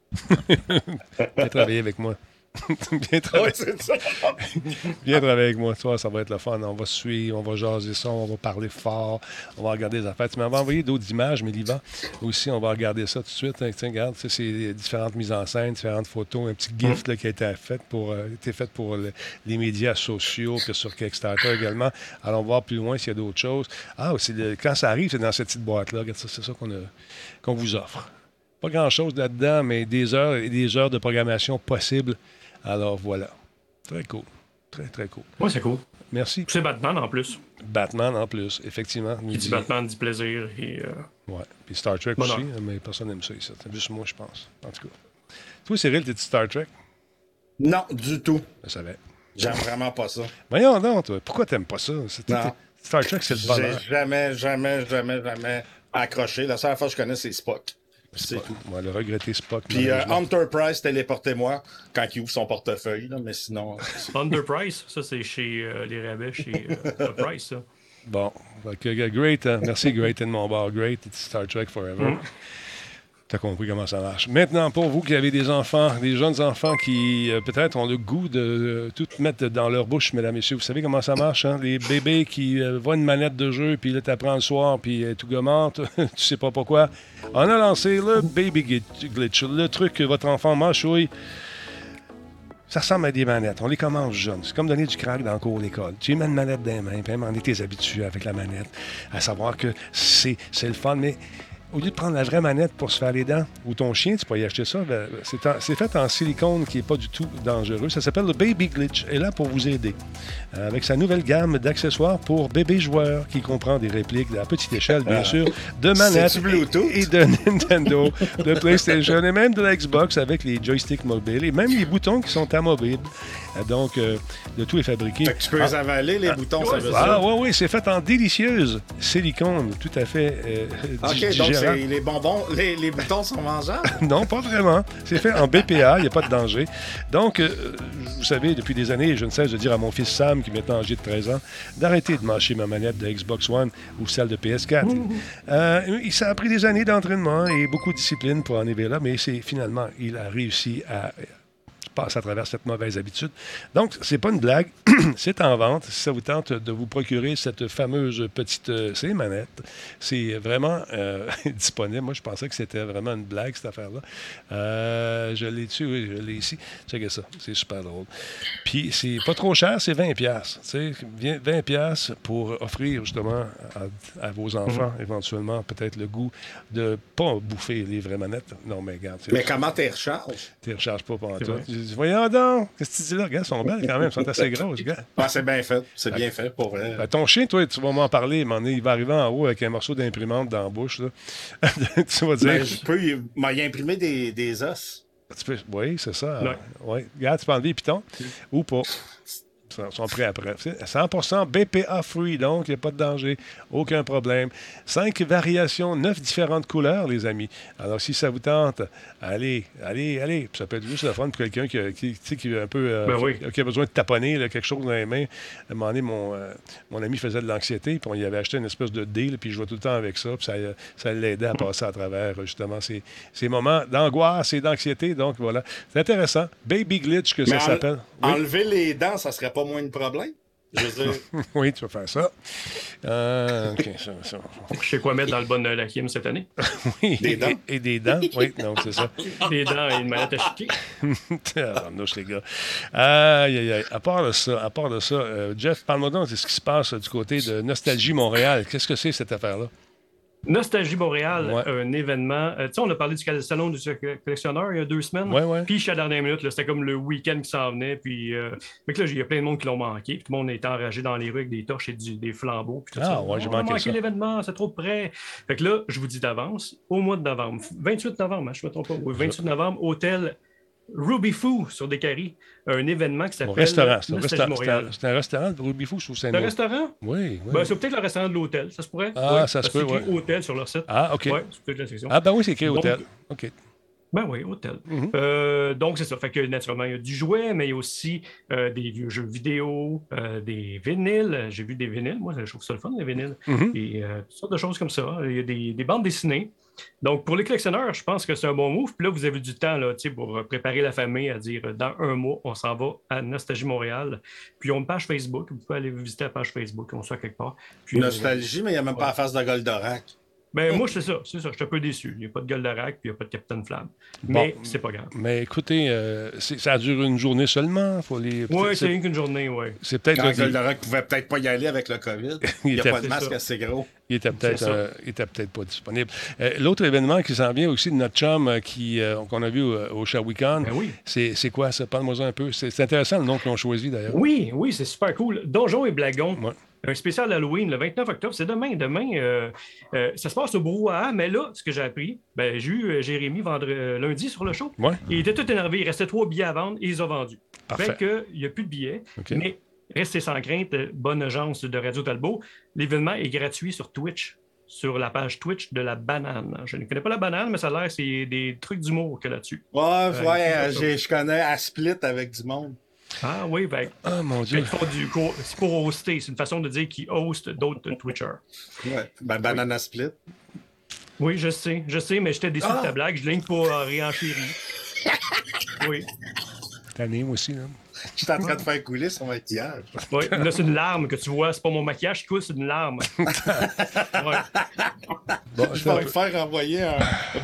Viens travailler avec moi. Viens travailler. C'est ça. Viens travailler avec moi. Tu vois, ça va être le fun. On va suivre, on va jaser ça, on va parler fort, on va regarder les affaires. Tu m'avais envoyé d'autres images, Méliva. Aussi, on va regarder ça tout de suite. Tiens, regarde, c'est différentes mises en scène, différentes photos, un petit gift là, qui a été fait pour les médias sociaux, puis sur Kickstarter également. Allons voir plus loin s'il y a d'autres choses. Ah, quand ça arrive, c'est dans cette petite boîte-là. Regarde ça, c'est ça qu'on vous offre. Pas grand-chose là-dedans, mais des heures et des heures de programmation possibles. Alors voilà. Très cool. Très, très cool. Oui, c'est cool. Merci. C'est Batman en plus. Batman en plus, effectivement. Qui dit Batman dit plaisir. Et, ouais. Puis Star Trek aussi, mais personne n'aime ça ici. C'est juste moi, je pense. En tout cas. Toi, Cyril, t'es-tu Star Trek? Non, du tout. Je savais. J'aime vraiment pas ça. Voyons donc, toi. Pourquoi t'aimes pas ça? Star Trek, c'est le bonheur. J'ai jamais accroché. La seule fois que je connais, c'est Spock. C'est tout. On va le regretter, Spock. Puis Enterprise, téléportez-moi quand il ouvre son portefeuille, là, mais sinon... Enterprise, ça c'est chez les rabais, chez Price, ça. Bon, great. Merci, Great and mon bar. Great, it's Star Trek Forever. T'as compris comment ça marche. Maintenant, pour vous qui avez des enfants, des jeunes enfants qui peut-être ont le goût de tout mettre dans leur bouche, mesdames et messieurs, vous savez comment ça marche, hein? Les bébés qui voient une manette de jeu, puis là, t'apprends le soir, puis tout gommante, tu sais pas pourquoi. On a lancé le Baby Glitch, le truc que votre enfant mâchouille. Ça ressemble à des manettes. On les commence jeunes. C'est comme donner du crack dans le cours de l'école. Tu lui mets une manette dans les mains, puis on est tes habitués avec la manette, à savoir que c'est le fun, mais... Au lieu de prendre la vraie manette pour se faire les dents, ou ton chien, tu peux y acheter ça, c'est fait en silicone qui n'est pas du tout dangereux. Ça s'appelle le Baby Glitch. Elle est là pour vous aider. Avec sa nouvelle gamme d'accessoires pour bébés joueurs, qui comprend des répliques à petite échelle, bien sûr, de manettes et de Nintendo, de PlayStation et même de la Xbox avec les joysticks mobiles et même les boutons qui sont amovibles. Donc, le tout est fabriqué. Fait que tu peux les avaler, les boutons, ça veut dire. Ah, oui, c'est fait en délicieuse silicone, tout à fait OK, donc les bonbons, les boutons sont mangeables? Non, pas vraiment. C'est fait en BPA, il n'y a pas de danger. Donc, vous savez, depuis des années, je ne cesse de dire à mon fils Sam, qui est maintenant âgé de 13 ans, d'arrêter de mâcher ma manette de Xbox One ou celle de PS4. Ça a pris des années d'entraînement et beaucoup de discipline pour en arriver là, mais finalement, il a réussi à passer à travers cette mauvaise habitude. Donc, c'est pas une blague, c'est en vente. Si ça vous tente de vous procurer cette fameuse petite manette, c'est vraiment disponible. Moi, je pensais que c'était vraiment une blague, cette affaire-là. Je l'ai dessus, oui, je l'ai ici. Checkez ça, c'est super drôle. Puis, c'est pas trop cher, c'est 20$. Tu sais, 20$ pour offrir justement à vos enfants, éventuellement, peut-être le goût de pas bouffer les vraies manettes. Non, mais regarde. Mais comment tu les recharges? Tu les recharges pas pendant tout. Voyons donc, qu'est-ce que tu dis là? Regarde, elles sont belles quand même, elles sont assez grosses. Ah, c'est bien fait, c'est bien fait pour vrai. Ben, ton chien, toi, tu vas m'en parler, il va arriver en haut avec un morceau d'imprimante dans la bouche. Là. Tu vas dire. Ben, je peux y imprimer des os. Oui, c'est ça. Ouais. Regarde, tu peux enlever les pitons ou pas. Ils sont prêts après. 100% BPA free, donc il n'y a pas de danger. Aucun problème. 5 variations, 9 différentes couleurs, les amis. Alors, si ça vous tente, allez. Puis ça peut être juste le fun pour quelqu'un qui est un peu... qui a besoin de taponner là, quelque chose dans les mains. À un moment donné, mon ami faisait de l'anxiété, puis on y avait acheté une espèce de dé, puis je jouais tout le temps avec ça, puis ça l'aidait à passer à travers, justement, ces moments d'angoisse et d'anxiété. Donc, voilà. C'est intéressant. Baby Glitch, que ça s'appelle. Enlever les dents, ça serait pas moins de problème? Je veux dire... Oui, tu vas faire ça. OK, ça. Je sais quoi mettre dans le bon la Kim cette année. Oui, des dents. Et des dents, oui, donc c'est ça. Des dents et une manette à chiquer. Les gars. Aïe. À part de ça, Jeff, parle-moi donc de ce qui se passe du côté de Nostalgie Montréal. Qu'est-ce que c'est cette affaire-là? Nostalgie Montréal, un événement. Tu sais, on a parlé du salon du collectionneur il y a 2 semaines. Puis, à la dernière minute, là, c'était comme le week-end qui s'en venait. Puis, mais que là, il y a plein de monde qui l'ont manqué. Puis, tout le monde était enragé dans les rues avec des torches et des flambeaux. Puis tout ça. J'ai on a manqué ça. l'événement, c'est trop près. Fait que là, je vous dis d'avance, au mois de novembre, 28 novembre, je ne me trompe pas. Oui, 28 novembre, hôtel Ruby Foo sur Décarie, un événement qui s'appelle... Au restaurant. C'est un restaurant de Ruby Foo sur C'est un restaurant? Oui. Ben, c'est peut-être le restaurant de l'hôtel, ça se pourrait? Ah, ça se peut, c'est écrit hôtel sur leur site. Ah, OK. Oui, c'est peut-être la section. Ah, ben oui, c'est écrit hôtel. OK. Ben oui, hôtel. Donc, c'est ça. Fait que naturellement, il y a du jouet, mais il y a aussi des vieux jeux vidéo, des vinyles. J'ai vu des vinyles. Moi, je trouve ça le fun, les vinyles. Et toutes sortes de choses comme ça. Il y a des bandes dessinées. Donc, pour les collectionneurs, je pense que c'est un bon move. Puis là, vous avez du temps là, pour préparer la famille à dire dans un mois, on s'en va à Nostalgie Montréal. Puis, ils ont une page Facebook. Vous pouvez aller visiter la page Facebook. On soit quelque part. Puis, Nostalgie, mais il n'y a même pas la face de Goldorak. Ben, moi, c'est ça. Je suis un peu déçu. Il n'y a pas de Goldorak, puis il n'y a pas de Captain Flamme. Mais c'est pas grave. Mais écoutez, ça dure une journée seulement. Oui, c'est une journée, oui. C'est peut-être Goldorak pouvait peut-être pas y aller avec le COVID. Il n'y a pas de masque assez gros. Il était peut-être pas disponible. L'autre événement qui s'en vient aussi de notre chum qu'on a vu au Shawicon, c'est quoi ça? Parle-moi un peu. C'est intéressant le nom qu'ils ont choisi d'ailleurs. Oui, c'est super cool. Donjons et Blagons. Ouais. Un spécial Halloween le 29 octobre. C'est demain. Ça se passe au brouhaha, mais là, ce que j'ai appris, j'ai eu Jérémy lundi sur le show. Ouais. Il était tout énervé. Il restait 3 billets à vendre et il les a vendus. Fait qu'il n'y a plus de billets. Okay. Mais restez sans crainte, bonne agence de Radio Talbot. L'événement est gratuit sur Twitch, sur la page Twitch de la banane. Je ne connais pas la banane, mais ça a l'air c'est des trucs d'humour qu'il y a là-dessus. Je connais à Split avec du monde. Ah oui, ben. Ah mon Dieu. C'est pour hoster. C'est une façon de dire qu'ils hostent d'autres Twitchers. Ouais. Ben, Banana Split. Oui, je sais, mais j'étais déçu de ta blague. Je l'ai pas réenchéri. Oui. Tanné, moi aussi, là. Je suis en train de faire couler son maquillage. Oui, là, c'est une larme que tu vois. C'est pas mon maquillage qui coule, c'est une larme. Ouais. Bon, je vais te faire envoyer un.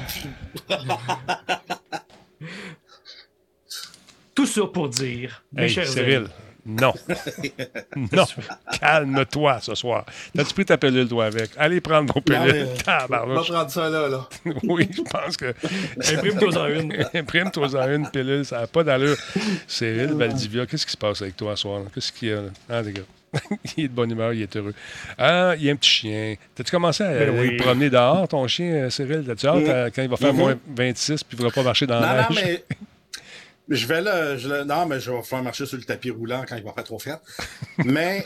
Tout ça pour dire, mes chers Cyril, non. Non. Calme-toi ce soir. T'as-tu pris ta pilule, toi, avec? Allez prendre vos pilules. On va prendre ça là. Oui, je pense que. Imprime-toi-en une. Imprime-toi-en une pilule, ça n'a pas d'allure. Cyril Valdivia, qu'est-ce qui se passe avec toi ce soir? Qu'est-ce qu'il y a? Ah, les gars. Il est de bonne humeur, il est heureux. Ah, il y a un petit chien. T'as-tu commencé à le promener dehors, ton chien, Cyril? T'as-tu hâte quand il va faire moins 26 puis il ne va pas marcher dans la neige? Non, mais. Je vais non, mais je vais faire marcher sur le tapis roulant quand il va faire trop frais. Mais.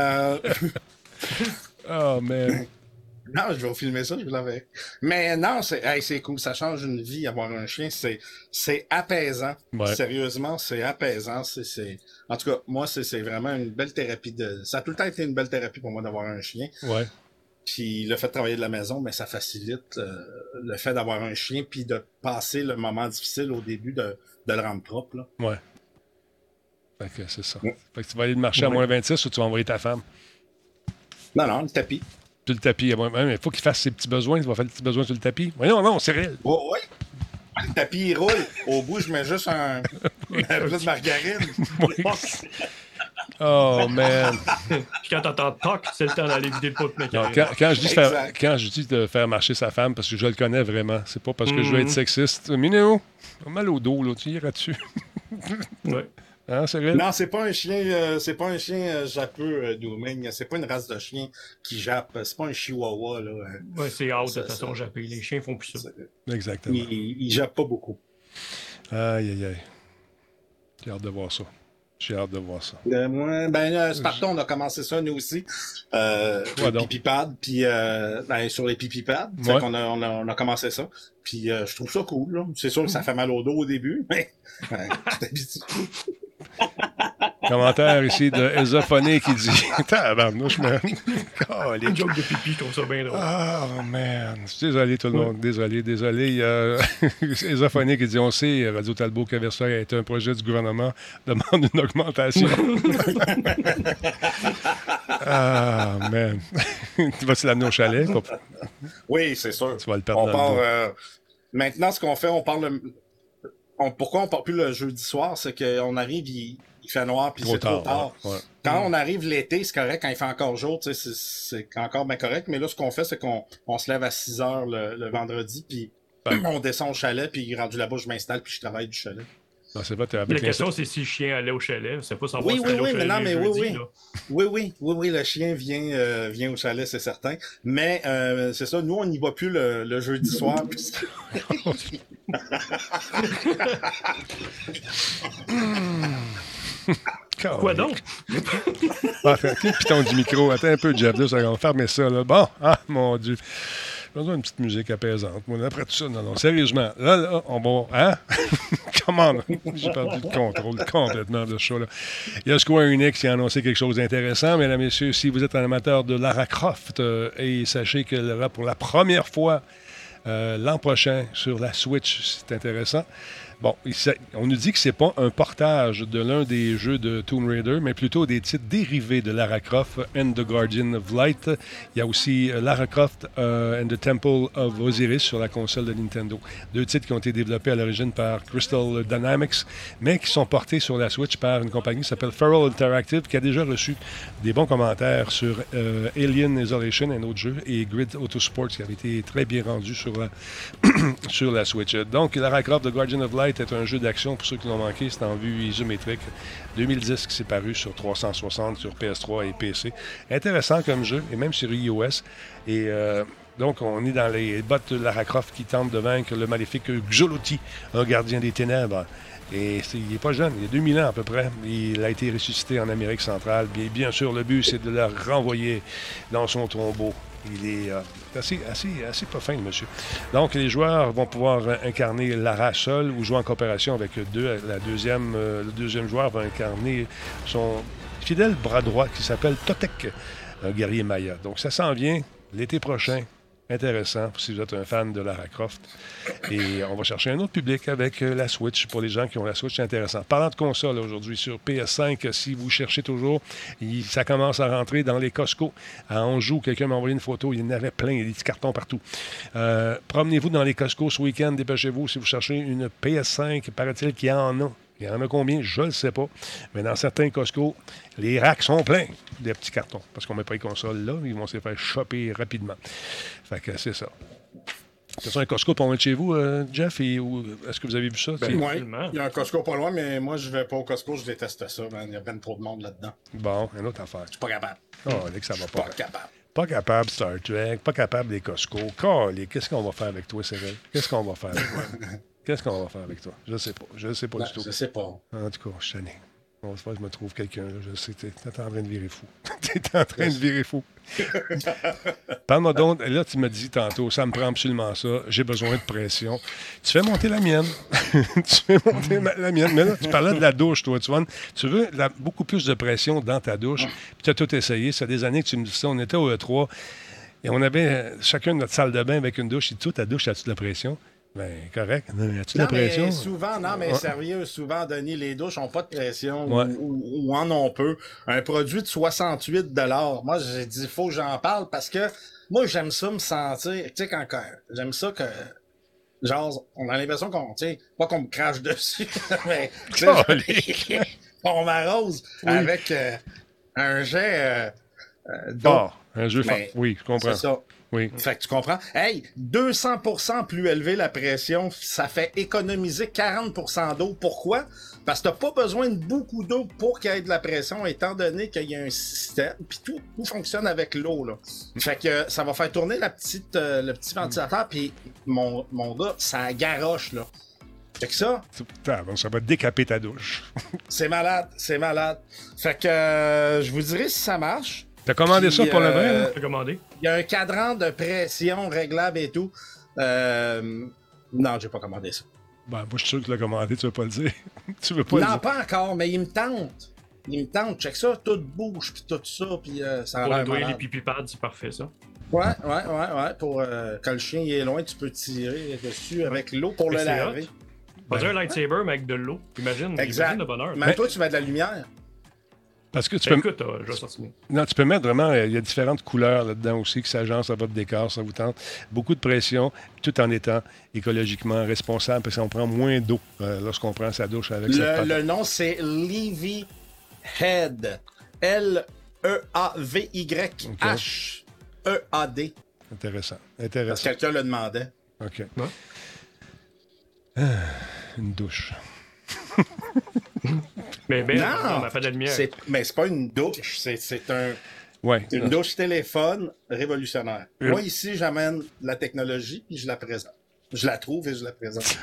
Oh, man. Non, je vais filmer ça, je vous l'avais. Mais non, c'est cool. Ça change une vie, avoir un chien. C'est apaisant. Ouais. Sérieusement, c'est apaisant. En tout cas, moi, c'est vraiment une belle thérapie. Ça a tout le temps été une belle thérapie pour moi d'avoir un chien. Ouais. Puis le fait de travailler de la maison, mais ça facilite le fait d'avoir un chien puis de passer le moment difficile au début de le rendre propre. Là. Ouais. Fait que c'est ça. Ouais. Fait que tu vas aller marcher à moins 26 ou tu vas envoyer ta femme? Non, le tapis. Sur le tapis. Mais il faut qu'il fasse ses petits besoins. Tu vas faire les petits besoins sur le tapis. Voyons, non, Cyril. Oui. Le tapis, il roule. Au bout, je mets juste un peu de margarine. Oui. Oh, man. Puis quand t'entends toc, c'est le temps d'aller vider le pot de mécanique. Quand je dis de faire marcher sa femme, parce que je le connais vraiment, c'est pas parce que je veux être sexiste. Minou, mal au dos, là, tu iras dessus. Ouais. Hein, c'est vrai? Non, c'est pas un chien jappeux, Douming. C'est pas une race de chien qui jappe. C'est pas un chihuahua, là. Ouais, c'est out de façon jappée. Les chiens font plus ça. Exactement. Ils jappent pas beaucoup. Aïe. J'ai hâte de voir ça. Spartan, on a commencé ça, nous aussi. Pipipad, puis sur les pipipads. Fait qu'on a commencé ça. Puis je trouve ça cool, là. C'est sûr que ça fait mal au dos au début, mais tu t'habitues. Commentaire ici de Esophonie qui dit tabarnouche, man. Une joke de pipi, je trouve ça bien drôle. Oh, man. Désolé, tout le monde. Désolé. Esophonie qui dit on sait, Radio Talbot, qu'Aversa a été un projet du gouvernement, demande une augmentation. Ah, man. Tu vas-tu l'amener au chalet? Oui, c'est sûr. Tu vas le perdre dans le dos. Maintenant, ce qu'on fait, pourquoi on part plus le jeudi soir, c'est qu'on arrive, il fait noir, puis c'est trop tard. Ouais. Quand on arrive l'été, c'est correct. Quand il fait encore jour, c'est encore bien correct. Mais là, ce qu'on fait, c'est qu'on se lève à 6 heures le vendredi, puis on descend au chalet, puis rendu là-bas, je m'installe, puis je travaille du chalet. Non, c'est pas avec la question, c'est si le chien allait au chalet. C'est pas savoir Oui, si allait au mais chalet non, mais jeudi, oui. là. Oui, le chien vient au chalet, c'est certain. Mais c'est ça, nous, on n'y va plus le jeudi soir. Quoi donc? Puis ton du micro. Attends un peu, Jeff, là, ça va fermer ça. Là. Bon, mon Dieu. J'ai besoin d'une petite musique apaisante. Moi, après tout ça, non, sérieusement. Là, on va... Hein? Comment? J'ai perdu le contrôle complètement de ce show-là. Il y a Square Enix qui a annoncé quelque chose d'intéressant. Mesdames et messieurs, si vous êtes un amateur de Lara Croft, et sachez qu'elle aura pour la première fois l'an prochain sur la Switch, c'est intéressant. Bon, on nous dit que c'est pas un portage de l'un des jeux de Tomb Raider, mais plutôt des titres dérivés de Lara Croft and the Guardian of Light. Il y a aussi Lara Croft and the Temple of Osiris sur la console de Nintendo. 2 titres qui ont été développés à l'origine par Crystal Dynamics, mais qui sont portés sur la Switch par une compagnie qui s'appelle Feral Interactive, qui a déjà reçu des bons commentaires sur Alien Isolation, un autre jeu, et Grid Autosports, qui avait été très bien rendu sur la Switch. Donc, Lara Croft, The Guardian of Light, est un jeu d'action, pour ceux qui l'ont manqué, c'est en vue isométrique. 2010 qui s'est paru sur 360, sur PS3 et PC. Intéressant comme jeu, et même sur iOS. Et donc, on est dans les bottes de Lara Croft qui tente de vaincre le maléfique Xolothi, un gardien des ténèbres. Et il n'est pas jeune, il y a 2000 ans à peu près. Il a été ressuscité en Amérique centrale. Bien sûr, le but, c'est de le renvoyer dans son tombeau. Il est assez pas fin, le monsieur. Donc, les joueurs vont pouvoir incarner Lara seul ou jouer en coopération avec deux. Le deuxième joueur va incarner son fidèle bras droit qui s'appelle Totek, un guerrier maya. Donc, ça s'en vient l'été prochain. Intéressant si vous êtes un fan de Lara Croft. Et on va chercher un autre public avec la Switch. Pour les gens qui ont la Switch, c'est intéressant. Parlant de console aujourd'hui sur PS5, si vous cherchez toujours, ça commence à rentrer dans les Costco. À Anjou, quelqu'un m'a envoyé une photo, il y en avait plein, il y a des petits cartons partout. Promenez-vous dans les Costco ce week-end, dépêchez-vous si vous cherchez une PS5, paraît-il qu'il y en a. Il y en a combien? Je ne le sais pas. Mais dans certains Costco, les racks sont pleins des petits cartons. Parce qu'on ne met pas les consoles là, ils vont se faire choper rapidement. Fait que c'est ça. C'est un Costco pas loin de chez vous, Jeff? Est-ce que vous avez vu ça? Oui, il y a un Costco pas loin, mais moi, je vais pas au Costco, je déteste ça. Man. Il y a bien trop de monde là-dedans. Bon, une autre affaire. Je suis pas capable. Oh, que ça va pas. Pas capable. Pas capable Star Trek, pas capable des Costco. Qu'est-ce qu'on va faire avec toi, Cyril? Qu'est-ce qu'on va faire avec toi? Qu'est-ce qu'on va faire avec toi? Je sais pas. Je sais pas du tout. Je sais pas. En tout cas, je suis tanné. On se voit, je me trouve quelqu'un. Là. Je sais, t'es en train de virer fou. T'es en train de virer fou. Parle-moi donc. Là, tu m'as dit tantôt, ça me prend absolument ça. J'ai besoin de pression. Tu fais monter la mienne. Tu fais monter la mienne. Mais là, tu parlais de la douche, toi. Tu veux beaucoup plus de pression dans ta douche. Puis tu as tout essayé. Ça fait des années que tu me dis ça. On était au E3 et on avait chacun notre salle de bain avec une douche. Et toi, ta douche, as-tu de la pression? Ben, correct. As-tu de la pression? Sérieux, souvent, Denis, les douches n'ont pas de pression ou en ont peu. Un produit de 68 $. Moi, j'ai dit, il faut que j'en parle parce que moi, j'aime ça me sentir. Tu sais, quand j'aime ça que. Genre, on a l'impression qu'on. Tu sais, pas qu'on me crache dessus, mais. On m'arrose avec un jet d'eau. Un jeu fort. Oui, je comprends. C'est ça. Oui. Fait que tu comprends? Hey, 200% plus élevé la pression, ça fait économiser 40% d'eau. Pourquoi? Parce que t'as pas besoin de beaucoup d'eau pour qu'il y ait de la pression, étant donné qu'il y a un système, puis tout fonctionne avec l'eau, là. Fait que ça va faire tourner le petit ventilateur, puis mon gars, ça garoche, là. Fait que ça... Ça va décaper ta douche. C'est malade. Fait que je vous dirai si ça marche. T'as commandé ça pour le vrai? T'as commandé? Il y a un cadran de pression réglable et tout. Non, j'ai pas commandé ça. Ben, moi, je suis sûr que tu l'as commandé, tu veux pas le dire. Tu veux pas le dire. Non, pas encore, mais il me tente. Check ça, tout bouge, puis tout ça, puis ça a pour l'air nettoyer malade. les pipi pads, c'est parfait, ça. Ouais. Pour quand le chien il est loin, tu peux tirer dessus avec l'eau pour le laver. Pas un lightsaber, mais avec de l'eau. Imagine le bonheur. Mais toi, tu mets de la lumière. Parce que tu peux... Écoute, je vais sortir. Non, tu peux mettre vraiment... Il y a différentes couleurs là-dedans aussi qui s'agencent à votre décor, ça vous tente. Beaucoup de pression, tout en étant écologiquement responsable, parce qu'on prend moins d'eau lorsqu'on prend sa douche avec cette pâte. Le nom, c'est Leavy Head. L-E-A-V-Y-H-E-A-D. Intéressant. Parce que quelqu'un le demandait. OK. Une douche. Mais non, on a fait de la lumière. Mais c'est pas une douche, c'est une douche téléphone révolutionnaire. Moi, ici, j'amène la technologie puis je la présente. Je la trouve et je la présente.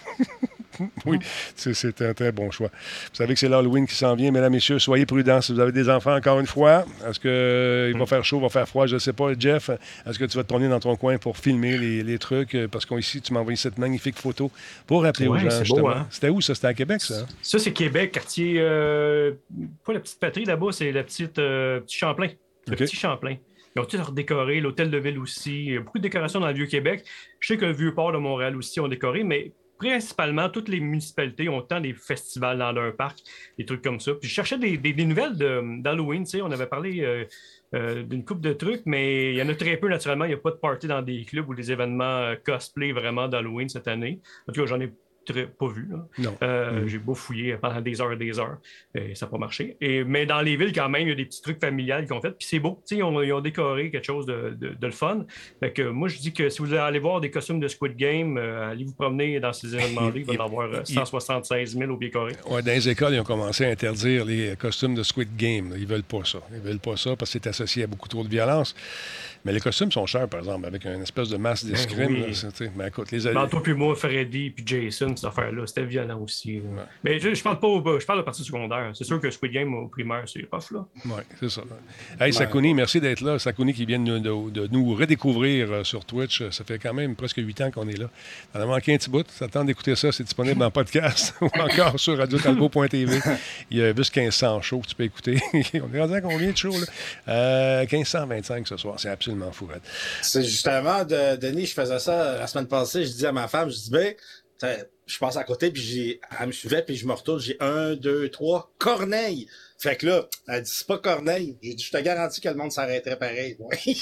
Oui, c'est un très bon choix. Vous savez que c'est l'Halloween qui s'en vient. Mesdames, messieurs, soyez prudents. Si vous avez des enfants, encore une fois, est-ce qu'il va faire chaud, va faire froid? Je ne sais pas. Jeff, est-ce que tu vas te tourner dans ton coin pour filmer les trucs? Parce qu'ici, tu m'as envoyé cette magnifique photo pour rappeler aux gens, justement. Beau, hein? C'était où, ça? C'était à Québec, ça? Ça, c'est Québec, quartier... pas la petite patrie, là-bas, c'est le petit Champlain. Le petit Champlain. Ils ont tout redécoré, l'hôtel de ville aussi. Il y a beaucoup de décorations dans le Vieux-Québec. Je sais que le Vieux-Port de Montréal aussi ont décoré, mais principalement, toutes les municipalités ont tant des festivals dans leur parc, des trucs comme ça. Puis je cherchais des nouvelles d'Halloween. Tu sais, on avait parlé d'une couple de trucs, mais il y en a très peu, naturellement. Il n'y a pas de party dans des clubs ou des événements cosplay vraiment d'Halloween cette année. En tout cas, j'en ai pas vu. Là. Non. J'ai beau fouiller pendant des heures et ça n'a pas marché. Mais dans les villes, quand même, il y a des petits trucs familiales qu'ils ont fait. Puis c'est beau. Ils ont décoré quelque chose de le fun. Fait que moi, je dis que si vous allez voir des costumes de Squid Game, allez vous promener dans ces événements-là. Il va y en avoir 176 000 au pied carré. Ouais, dans les écoles, ils ont commencé à interdire les costumes de Squid Game. Ils veulent pas ça. Ils veulent pas ça parce que c'est associé à beaucoup trop de violence. Mais les costumes sont chers, par exemple, avec une espèce de masse d'escrime. Oui. Mais écoute, toi puis moi, Freddy puis Jason, cette affaire-là, c'était violent aussi. Ouais. Mais je parle pas je parle de partie secondaire. C'est sûr que Squid Game au primaire, c'est rough, là. Oui, c'est ça. Hey, Sakuni, merci d'être là. Sakuni qui vient de nous redécouvrir sur Twitch. Ça fait quand même presque 8 ans qu'on est là. On a manqué un petit bout. Ça tente d'écouter ça. C'est disponible en podcast ou encore sur radiotalbo.tv. Il y a plus 1500 shows que tu peux écouter. On est rendu à combien de shows, là? 1525 ce soir. C'est absolument fou. C'est justement, Denis, je faisais ça la semaine passée. Je dis à ma femme, je dis, ben, je passe à côté, puis elle me suivait, puis je me retourne, j'ai 1, 2, 3, Corneille. Fait que là, elle dit, c'est pas Corneille. J'ai dit, je te garantis que le monde s'arrêterait pareil.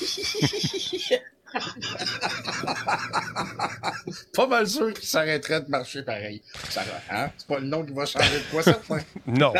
Pas mal sûr qu'il s'arrêterait de marcher pareil. Ça va, hein? C'est pas le nom qui va changer de quoi, ça? Non.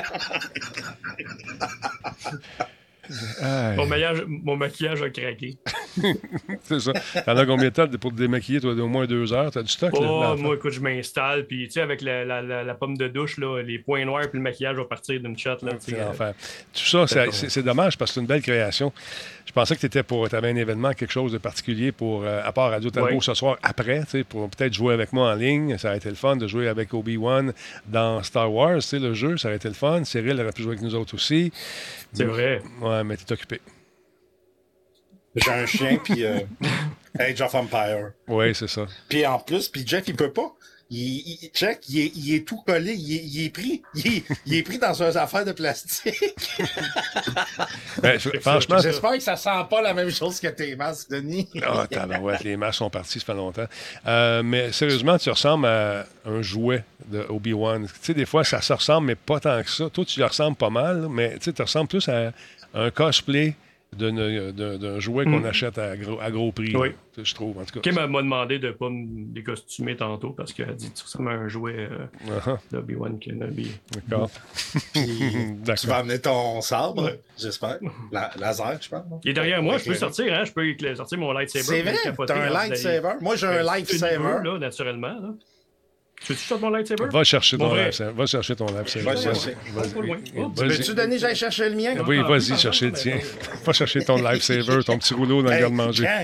Mon maquillage a craqué. C'est ça. T'en as combien de temps pour te démaquiller, toi, d'au moins 2 heures? T'as du stock? Moi, écoute, je m'installe, puis tu sais, avec la pomme de douche, là, les points noirs, puis le maquillage va partir d'une shot. Là, c'est l'enfer. Tout ça, c'est dommage parce que c'est une belle création. Je pensais que t'avais un événement, quelque chose de particulier pour, à part Radio Talbot ce soir, après, pour peut-être jouer avec moi en ligne. Ça aurait été le fun de jouer avec Obi-Wan dans Star Wars, le jeu. Ça aurait été le fun. Cyril aurait pu jouer avec nous autres aussi. C'est vrai. Ouais, mais t'es occupé. J'ai un chien, puis Age of Empire. Oui, c'est ça. Puis en plus, Jeff, il peut pas. Check, il est tout collé. Il est pris. Il est pris dans une affaire de plastique. Franchement, j'espère que ça sent pas la même chose que tes masques, Denis. Ouais, les masques sont partis, ça fait longtemps. Mais sérieusement, tu ressembles à un jouet de Obi-Wan. Tu sais, des fois, ça se ressemble, mais pas tant que ça. Toi, tu lui ressembles pas mal, mais tu ressembles plus à un cosplay d'un jouet qu'on achète à gros prix, oui. Là, je trouve, en tout cas. Kim m'a demandé de ne pas me décostumer tantôt parce qu'elle a dit tu ressembles à un jouet d'Obi-Wan Kenobi. D'accord. Tu vas amener ton sabre, j'espère. Laser, je pense. Il est derrière moi, je peux sortir, hein? Je peux sortir mon lightsaber. C'est vrai, t'as un lightsaber? Moi, j'ai un lightsaber. Là, naturellement, là. Tu veux que je sorte mon lightsaber? Va chercher ton lightsaber. Va chercher ton lightsaber. Veux-tu donner, j'aille chercher le mien? Oui, vas-y, chercher le tien. Va chercher ton lightsaber, ton petit rouleau dans le garde-manger.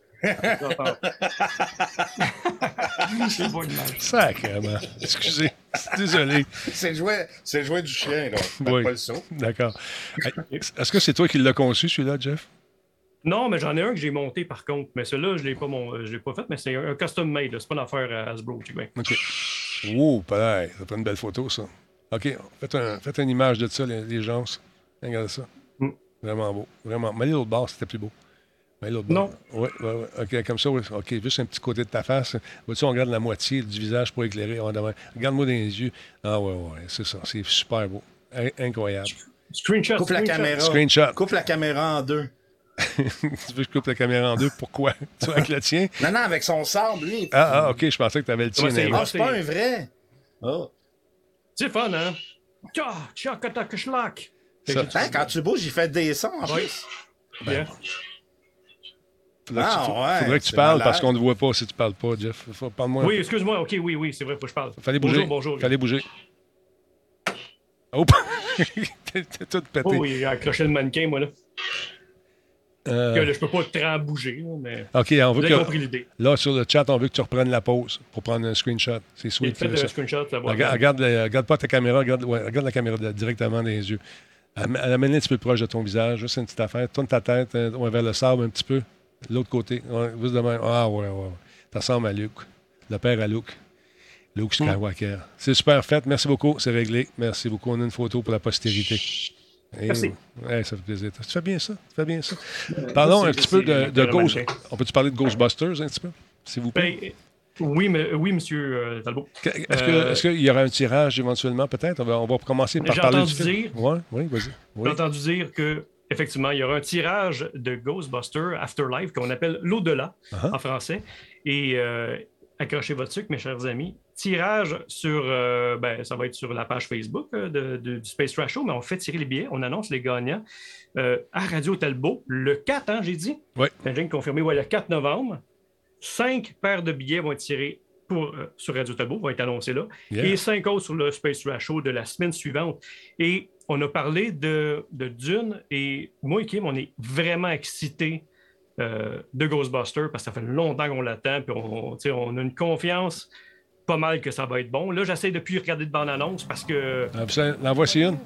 Sacrément. Excusez. Désolé. C'est le jouet du chien, là. Oui. Pas le saut. D'accord. Est-ce que c'est toi qui l'as conçu, celui-là, Jeff? Non, mais j'en ai un que j'ai monté par contre. Mais celui-là, je ne l'ai pas fait, mais c'est un custom made. C'est pas une affaire Hasbro. OK. Oh, pareil. Ça fait une belle photo, ça. OK. Faites une image de ça, les gens. Regardez ça. Vraiment beau. Vraiment. Mais l'autre bord, c'était plus beau. Non. Oui. OK, comme ça, oui. OK, juste un petit côté de ta face. Vois-tu, on regarde la moitié du visage pour éclairer. Regarde-moi dans les yeux. Ah, ouais, c'est ça. C'est super beau. Incroyable. Screenshot. Coupe la caméra. Screenshot. Coupe la caméra en deux. Tu veux que je coupe la caméra en deux? Pourquoi? Tu vois, avec le tien? Non, avec son sable, lui. OK, je pensais que tu avais le tien. C'est pas un vrai. Oh. C'est fun, hein? Quand tu bouges, il fait des sons, en plus. Bien. Faudrait que tu parles parce qu'on ne voit pas si tu parles pas, Jeff. Parle-moi. Oui, excuse-moi. OK, oui, c'est vrai, faut que je parle. Fallait bouger. Bonjour. Fallait bouger. Oh! T'es tout pété. Oh, il a accroché le mannequin, moi, là. Je peux pas te bouger, là, mais OK, on veut vous avez compris l'idée. Là, sur le chat, on veut que tu reprennes la pause pour prendre un screenshot. C'est sweet. Faites un screenshot, ça va. Regarde pas ta caméra, regarde la caméra directement dans les yeux. Amène-la un petit peu proche de ton visage, juste une petite affaire. Tourne ta tête vers le sable un petit peu. L'autre côté. Juste de même. Ah, ouais. Ça ressemble à Luke. Le père à Luke. Luke Skywalker. C'est super fait. Merci beaucoup. C'est réglé. Merci beaucoup. On a une photo pour la postérité. Merci. Ça fait plaisir. Tu fais bien ça. Parlons un petit peu de Ghost. On peut-tu parler de Ghostbusters un petit peu, s'il vous plaît? Oui, monsieur Talbot. Est-ce qu'il y aura un tirage éventuellement, peut-être? On va commencer par parler du film. Oui, vas-y. J'ai entendu dire que effectivement, il y aura un tirage de Ghostbusters Afterlife qu'on appelle l'au-delà en français. Et accrochez votre sucre, mes chers amis. Tirage sur, ça va être sur la page Facebook du Space Trash Show, mais on fait tirer les billets, on annonce les gagnants à Radio Talbot le 4, j'ai dit? Oui. J'ai confirmé, le 4 novembre. 5 paires de billets vont être tirés sur Radio Talbot, vont être annoncés là, et 5 autres sur le Space Trash Show de la semaine suivante. Et on a parlé de Dune, et moi et Kim, on est vraiment excités de Ghostbusters parce que ça fait longtemps qu'on l'attend, puis on a une confiance pas mal que ça va être bon. Là, j'essaie depuis regarder de bande-annonce parce que... En voici une?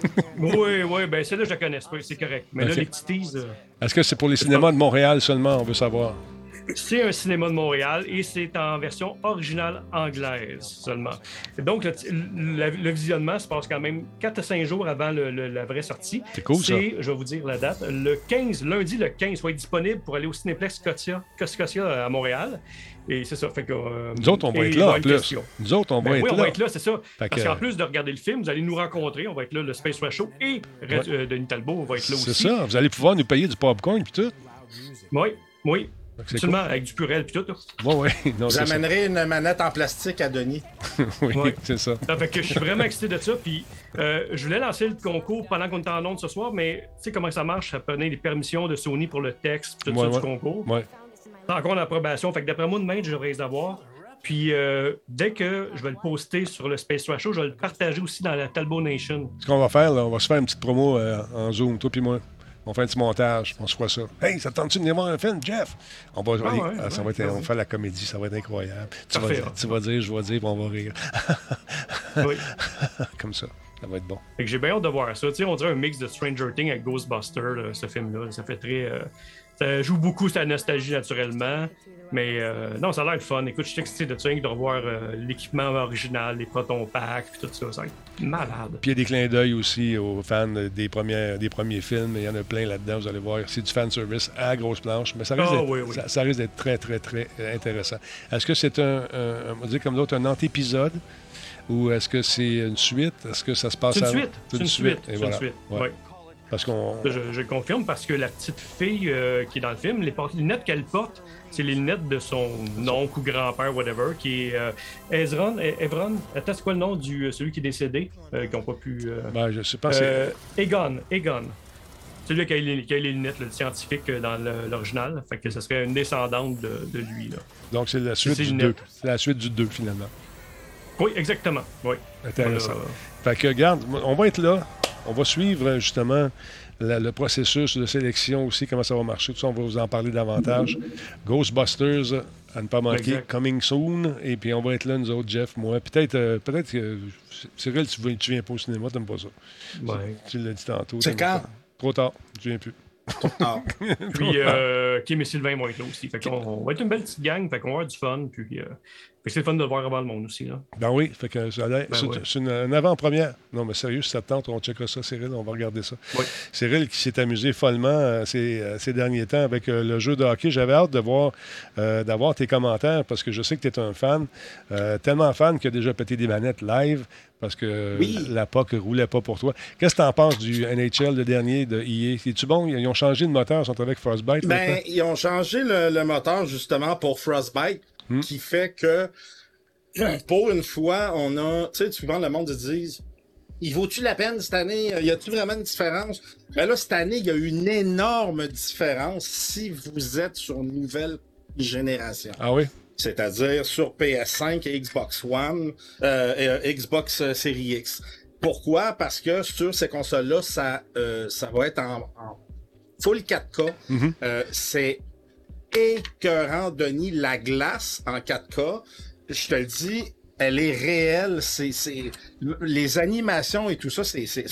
oui, ben celle-là, je la connais pas, c'est correct. Mais là, les petits teases... Est-ce que c'est pour les cinémas de Montréal seulement, on veut savoir? C'est un cinéma de Montréal et c'est en version originale anglaise seulement. Donc, le visionnement se passe quand même 4 à 5 jours avant la vraie sortie. C'est cool, ça. Je vais vous dire la date. Lundi le 15, va être disponible pour aller au Cinéplex Scotia à Montréal. Et c'est ça. Fait que, nous autres, on va être là en plus. Nous autres, on va être là. On va être là, c'est ça. Parce qu'en plus de regarder le film, vous allez nous rencontrer. On va être là, le Space Trash Show et Denis Talbot va être là aussi. C'est ça. Vous allez pouvoir nous payer du popcorn et tout. Oui. Absolument, cool. Avec du purel et tout. Oui. J'amènerai une manette en plastique à Denis. Oui, c'est ça. Fait que je suis vraiment excité de ça. Puis je voulais lancer le concours pendant qu'on était en ondes ce soir, mais tu sais comment ça marche? Ça prenait les permissions de Sony pour le texte tout ça du concours. Oui. C'est encore l'approbation. Fait que d'après moi, demain, je devrais les avoir. Puis dès que je vais le poster sur le Space Trash Show, je vais le partager aussi dans la Talbot Nation. Ce qu'on va faire, là, on va se faire une petite promo en Zoom, toi puis moi. On fait un petit montage, on se voit ça. Hey, ça tente-tu de venir voir un film, Jeff? On va on va faire la comédie, ça va être incroyable. Tu vas dire, je vais dire, puis on va rire. Oui. Comme ça. Ça va être bon. Fait que j'ai bien hâte de voir ça. Tu sais, on dirait un mix de Stranger Things avec Ghostbusters, là, ce film-là. Ça fait très... ça joue beaucoup sur la nostalgie, naturellement. Mais non, ça a l'air le fun. Écoute, je suis excité de ça, de revoir l'équipement original, les proton packs, puis tout ça. Ça va être malade. Puis il y a des clins d'œil aussi aux fans des premiers films. Il y en a plein là-dedans, vous allez voir. C'est du fan service à la grosse planche. Mais ça risque d'être très, très, très intéressant. Est-ce que c'est on va dire comme l'autre, un antépisode? Ou est-ce que c'est une suite? Est-ce que ça se passe C'est une suite. Et voilà. Oui. Parce qu'on... Je confirme parce que la petite fille qui est dans le film, les lunettes qu'elle porte, c'est les lunettes de son oncle ou grand-père, whatever, qui est Evron. Attends, c'est quoi le nom de celui qui est décédé, qui n'ont pas pu... je sais pas. Egon. Celui qui a les lunettes, le scientifique dans l'original. Fait que ce serait une descendante de lui. Là. Donc c'est la suite du 2. C'est la suite du 2, finalement. Oui, exactement. Oui. Intéressant. Fait que, regarde, on va être là. On va suivre, justement, le processus de sélection aussi, comment ça va marcher. Tout ça, on va vous en parler davantage. Ghostbusters, à ne pas manquer, exact. Coming soon. Et puis, on va être là, nous autres, Jeff, moi. Peut-être que, Cyril, tu viens pas au cinéma, t'aimes pas ça. Ouais. Tu l'as dit tantôt. C'est quand? Trop tard, tu viens plus. Puis Kim et Sylvain vont être là aussi. Fait qu'on va être une belle petite gang. Fait qu'on va avoir du fun. Puis c'est le fun de le voir avant le monde aussi. Là. Ben oui, fait que c'est une avant-première. Non, mais sérieux, si ça te tente, on checkera ça, Cyril, on va regarder ça. Oui. Cyril qui s'est amusé follement ces derniers temps avec le jeu de hockey. J'avais hâte de voir d'avoir tes commentaires parce que je sais que tu es un fan. Tellement fan qu'il a déjà pété des manettes live parce que la POC ne roulait pas pour toi. Qu'est-ce que tu en penses du NHL, le dernier de EA? Es-tu bon? Ils ont changé de moteur, ils sont avec Frostbite? Ils ont changé le moteur justement pour Frostbite. Qui fait que, pour une fois, on a... Tu sais, souvent, le monde se dit, il vaut-tu la peine cette année? Y a-tu vraiment une différence? Ben là, cette année, il y a une énorme différence si vous êtes sur une nouvelle génération. Ah oui? C'est-à-dire sur PS5 et Xbox One, Xbox Series X. Pourquoi? Parce que sur ces consoles-là, ça va être en full 4K. C'est écœurant, Denis. La glace en 4K, je te le dis, elle est réelle. Les animations et tout ça,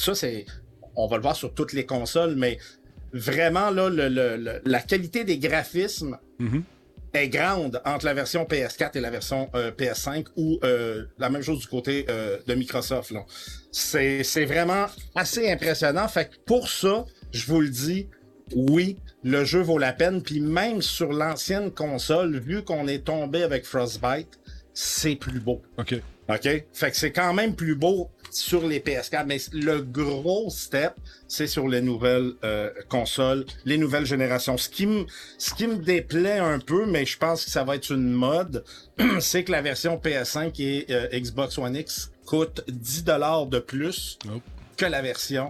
on va le voir sur toutes les consoles, mais vraiment, là, la qualité des graphismes est grande entre la version PS4 et la version PS5 ou la même chose du côté de Microsoft. Là. C'est vraiment assez impressionnant. Fait que pour ça, je vous le dis, oui, le jeu vaut la peine. Puis même sur l'ancienne console, vu qu'on est tombé avec Frostbite, c'est plus beau. OK. Fait que c'est quand même plus beau sur les PS4, mais le gros step, c'est sur les nouvelles consoles, les nouvelles générations. Ce qui me déplaît un peu, mais je pense que ça va être une mode, c'est que la version PS5 et Xbox One X coûte 10$ de plus que la version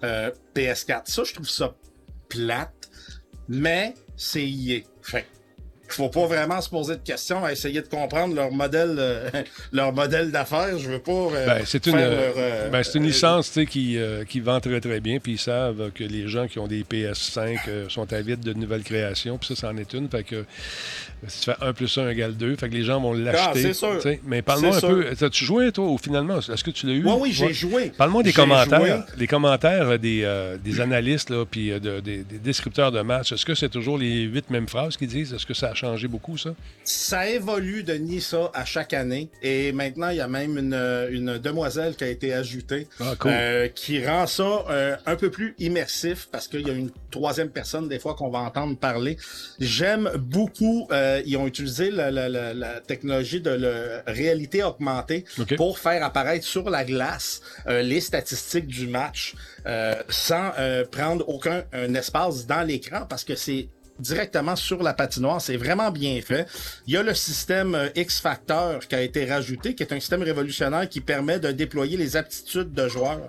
PS4. Ça, je trouve ça plate, mais c'est EA. Fait faut pas vraiment se poser de questions à essayer de comprendre leur modèle d'affaires. Je veux pas c'est une licence qui vend très très bien, puis ils savent que les gens qui ont des PS5 sont avides de nouvelles créations, puis ça en est une. Fait que si tu fais 1 + 1 = 2, fait que les gens vont l'acheter. C'est sûr. Mais parle-moi un peu. As-tu joué, toi, ou finalement? Est-ce que tu l'as eu? Oui, j'ai joué. Parle-moi des commentaires. Les commentaires des analystes, là, puis des descripteurs de match. Est-ce que c'est toujours les 8 mêmes phrases qu'ils disent? Est-ce que ça a changé beaucoup, ça? Ça évolue, Denis, ça, à chaque année. Et maintenant, il y a même une demoiselle qui a été ajoutée qui rend ça un peu plus immersif parce qu'il y a une troisième personne, des fois, qu'on va entendre parler. J'aime beaucoup... ils ont utilisé la technologie de la réalité augmentée pour faire apparaître sur la glace les statistiques du match sans prendre aucun espace dans l'écran parce que c'est directement sur la patinoire. C'est vraiment bien fait. Il y a le système X-Factor qui a été rajouté, qui est un système révolutionnaire qui permet de déployer les aptitudes de joueurs.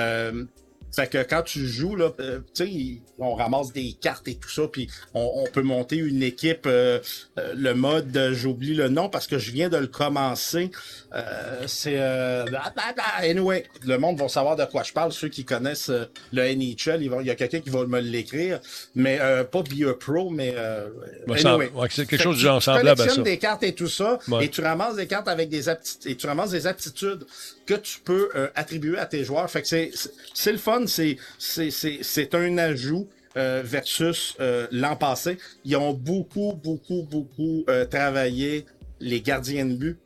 Fait que quand tu joues, là, tu sais, on ramasse des cartes et tout ça, puis on peut monter une équipe. Le mode, j'oublie le nom parce que je viens de le commencer. C'est... anyway, le monde va savoir de quoi je parle. Ceux qui connaissent le NHL, il y a quelqu'un qui va me l'écrire. Mais pas Be a Pro, mais... anyway. C'est quelque chose de genre semblable à ça. Tu collectionnes des cartes et tout ça, et tu ramasses des cartes avec des aptitudes, et tu ramasses des aptitudes que tu peux attribuer à tes joueurs. Fait que c'est le fun, c'est un ajout versus l'an passé. Ils ont beaucoup travaillé les gardiens de but.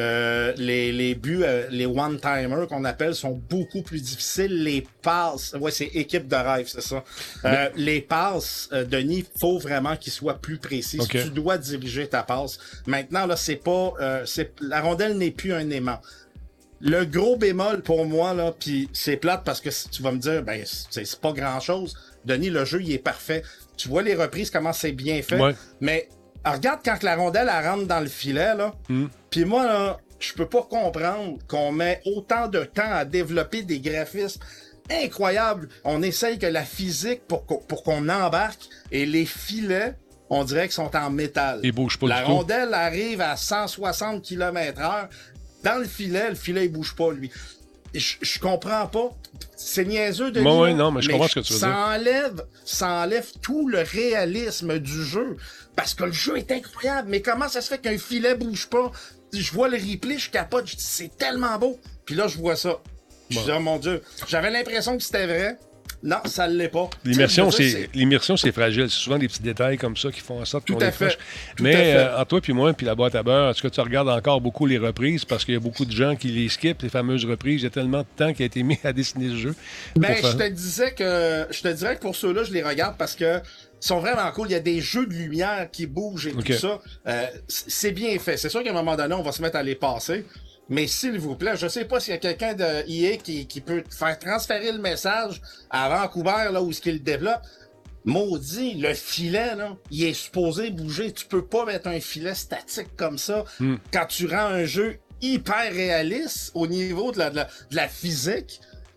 Les buts, les one-timers qu'on appelle sont beaucoup plus difficiles. Les passes, c'est équipe de rêve, c'est ça. Les passes, Denis, faut vraiment qu'ils soient plus précis. Tu dois diriger ta passe. Maintenant, là, c'est pas, la rondelle n'est plus un aimant. Le gros bémol pour moi, là, puis c'est plate parce que tu vas me dire, c'est pas grand-chose. Denis, le jeu, il est parfait. Tu vois les reprises, comment c'est bien fait. Mais regarde quand la rondelle, elle rentre dans le filet, là. Puis moi, là, je peux pas comprendre qu'on met autant de temps à développer des graphismes incroyables. On essaye que la physique pour qu'on embarque et les filets, on dirait qu'ils sont en métal. Ils bougent pas la du tout. rondelle arrive à 160 km/h. Dans le filet, il bouge pas, lui. Je comprends pas. C'est niaiseux de dire. Non, mais je comprends ce que tu veux dire. Ça enlève tout le réalisme du jeu. Parce que le jeu est incroyable. Mais comment ça se fait qu'un filet bouge pas? Je vois le replay, je capote, je dis c'est tellement beau. Puis là, je vois ça. Je dis, oh mon Dieu. J'avais l'impression que c'était vrai. Non, ça ne l'est pas. L'immersion, c'est fragile. C'est souvent des petits détails comme ça qui font en sorte qu'on les fâche. Tout Mais entre toi puis moi, puis la boîte à beurre, est-ce que tu regardes encore beaucoup les reprises? Parce qu'il y a beaucoup de gens qui les skippent, les fameuses reprises. Il y a tellement de temps qui a été mis à dessiner le jeu. Je te dirais que pour ceux-là, je les regarde parce que ils sont vraiment cool. Il y a des jeux de lumière qui bougent et tout ça. C'est bien fait. C'est sûr qu'à un moment donné, on va se mettre à les passer. Mais s'il vous plaît, je sais pas s'il y a quelqu'un de EA qui peut faire transférer le message à Vancouver, là, où est-ce qu'il le développe. Maudit, le filet, là, il est supposé bouger. Tu peux pas mettre un filet statique comme ça quand tu rends un jeu hyper réaliste au niveau de la physique.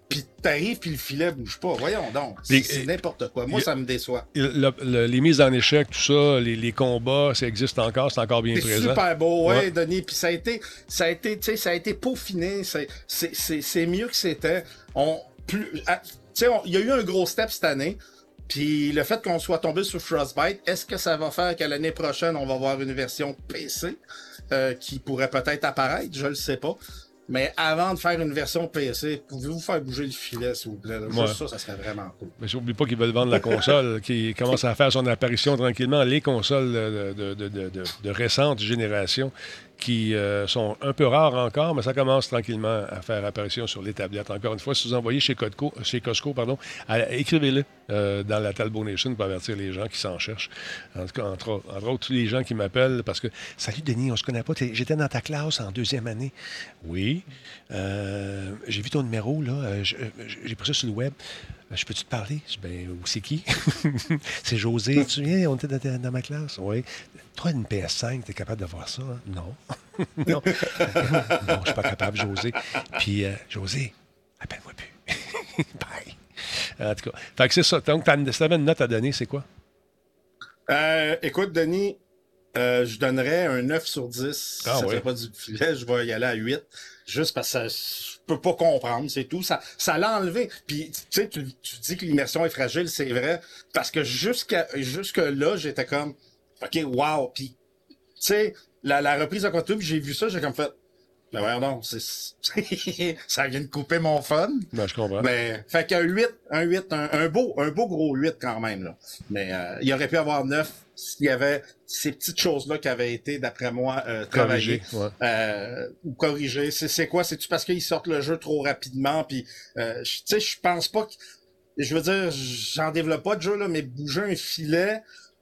puis t'arrives, puis le filet bouge pas. Voyons donc, c'est n'importe quoi. Moi, ça me déçoit. Les mises en échec, tout ça, les combats, ça existe encore, c'est encore bien présent. C'est super beau, ouais, Denis. Puis ça a été peaufiné. C'est mieux que c'était. Il y a eu un gros step cette année. Puis le fait qu'on soit tombé sur Frostbite, est-ce que ça va faire que l'année prochaine, on va avoir une version PC qui pourrait peut-être apparaître? Je le sais pas. Mais avant de faire une version PC, pouvez-vous faire bouger le filet, s'il vous plaît? Juste ça serait vraiment cool. Mais j'oublie pas qu'ils veulent vendre la console, qui commence à faire son apparition tranquillement. Les consoles de récente génération qui sont un peu rares encore, mais ça commence tranquillement à faire apparition sur les tablettes. Encore une fois, si vous envoyez chez Costco, écrivez-le dans la Talbot Nation pour avertir les gens qui s'en cherchent. En tout cas, entre autres, tous les gens qui m'appellent parce que « Salut Denis, on se connaît pas, j'étais dans ta classe en 2e année. » Oui. J'ai vu ton numéro, là. J'ai pris ça sur le web. Je peux-tu te parler? Ben, c'est qui? C'est José. Tu viens, on était dans ma classe. Oui. Toi, une PS5, t'es capable de voir ça? Hein? Non. Non. Non, je suis pas capable, José. Puis, José, appelle-moi plus. Bye. En tout cas, fait que c'est ça. Donc, si t'avais une note à donner, c'est quoi? Écoute, Denis, je donnerais un 9 sur 10. Ça fait pas du filet, je vais y aller à 8. Juste parce que je peux pas comprendre, c'est tout. Ça l'a enlevé. Puis, tu sais, tu dis que l'immersion est fragile, c'est vrai. Parce que jusque-là, j'étais comme, OK, wow. Puis, tu sais, la reprise de Quantum, j'ai vu ça, j'ai comme fait, ben voyons donc, ça vient de couper mon fun. Ben, je comprends. Mais, fait qu'un 8, un beau gros 8 quand même, là. Mais, il aurait pu avoir 9 s'il y avait ces petites choses-là qui avaient été, d'après moi, travaillées. Ou corrigées. C'est quoi? C'est-tu parce qu'ils sortent le jeu trop rapidement? Puis, tu sais, je pense pas que... Je veux dire, j'en développe pas de jeu, là, mais bouger un filet...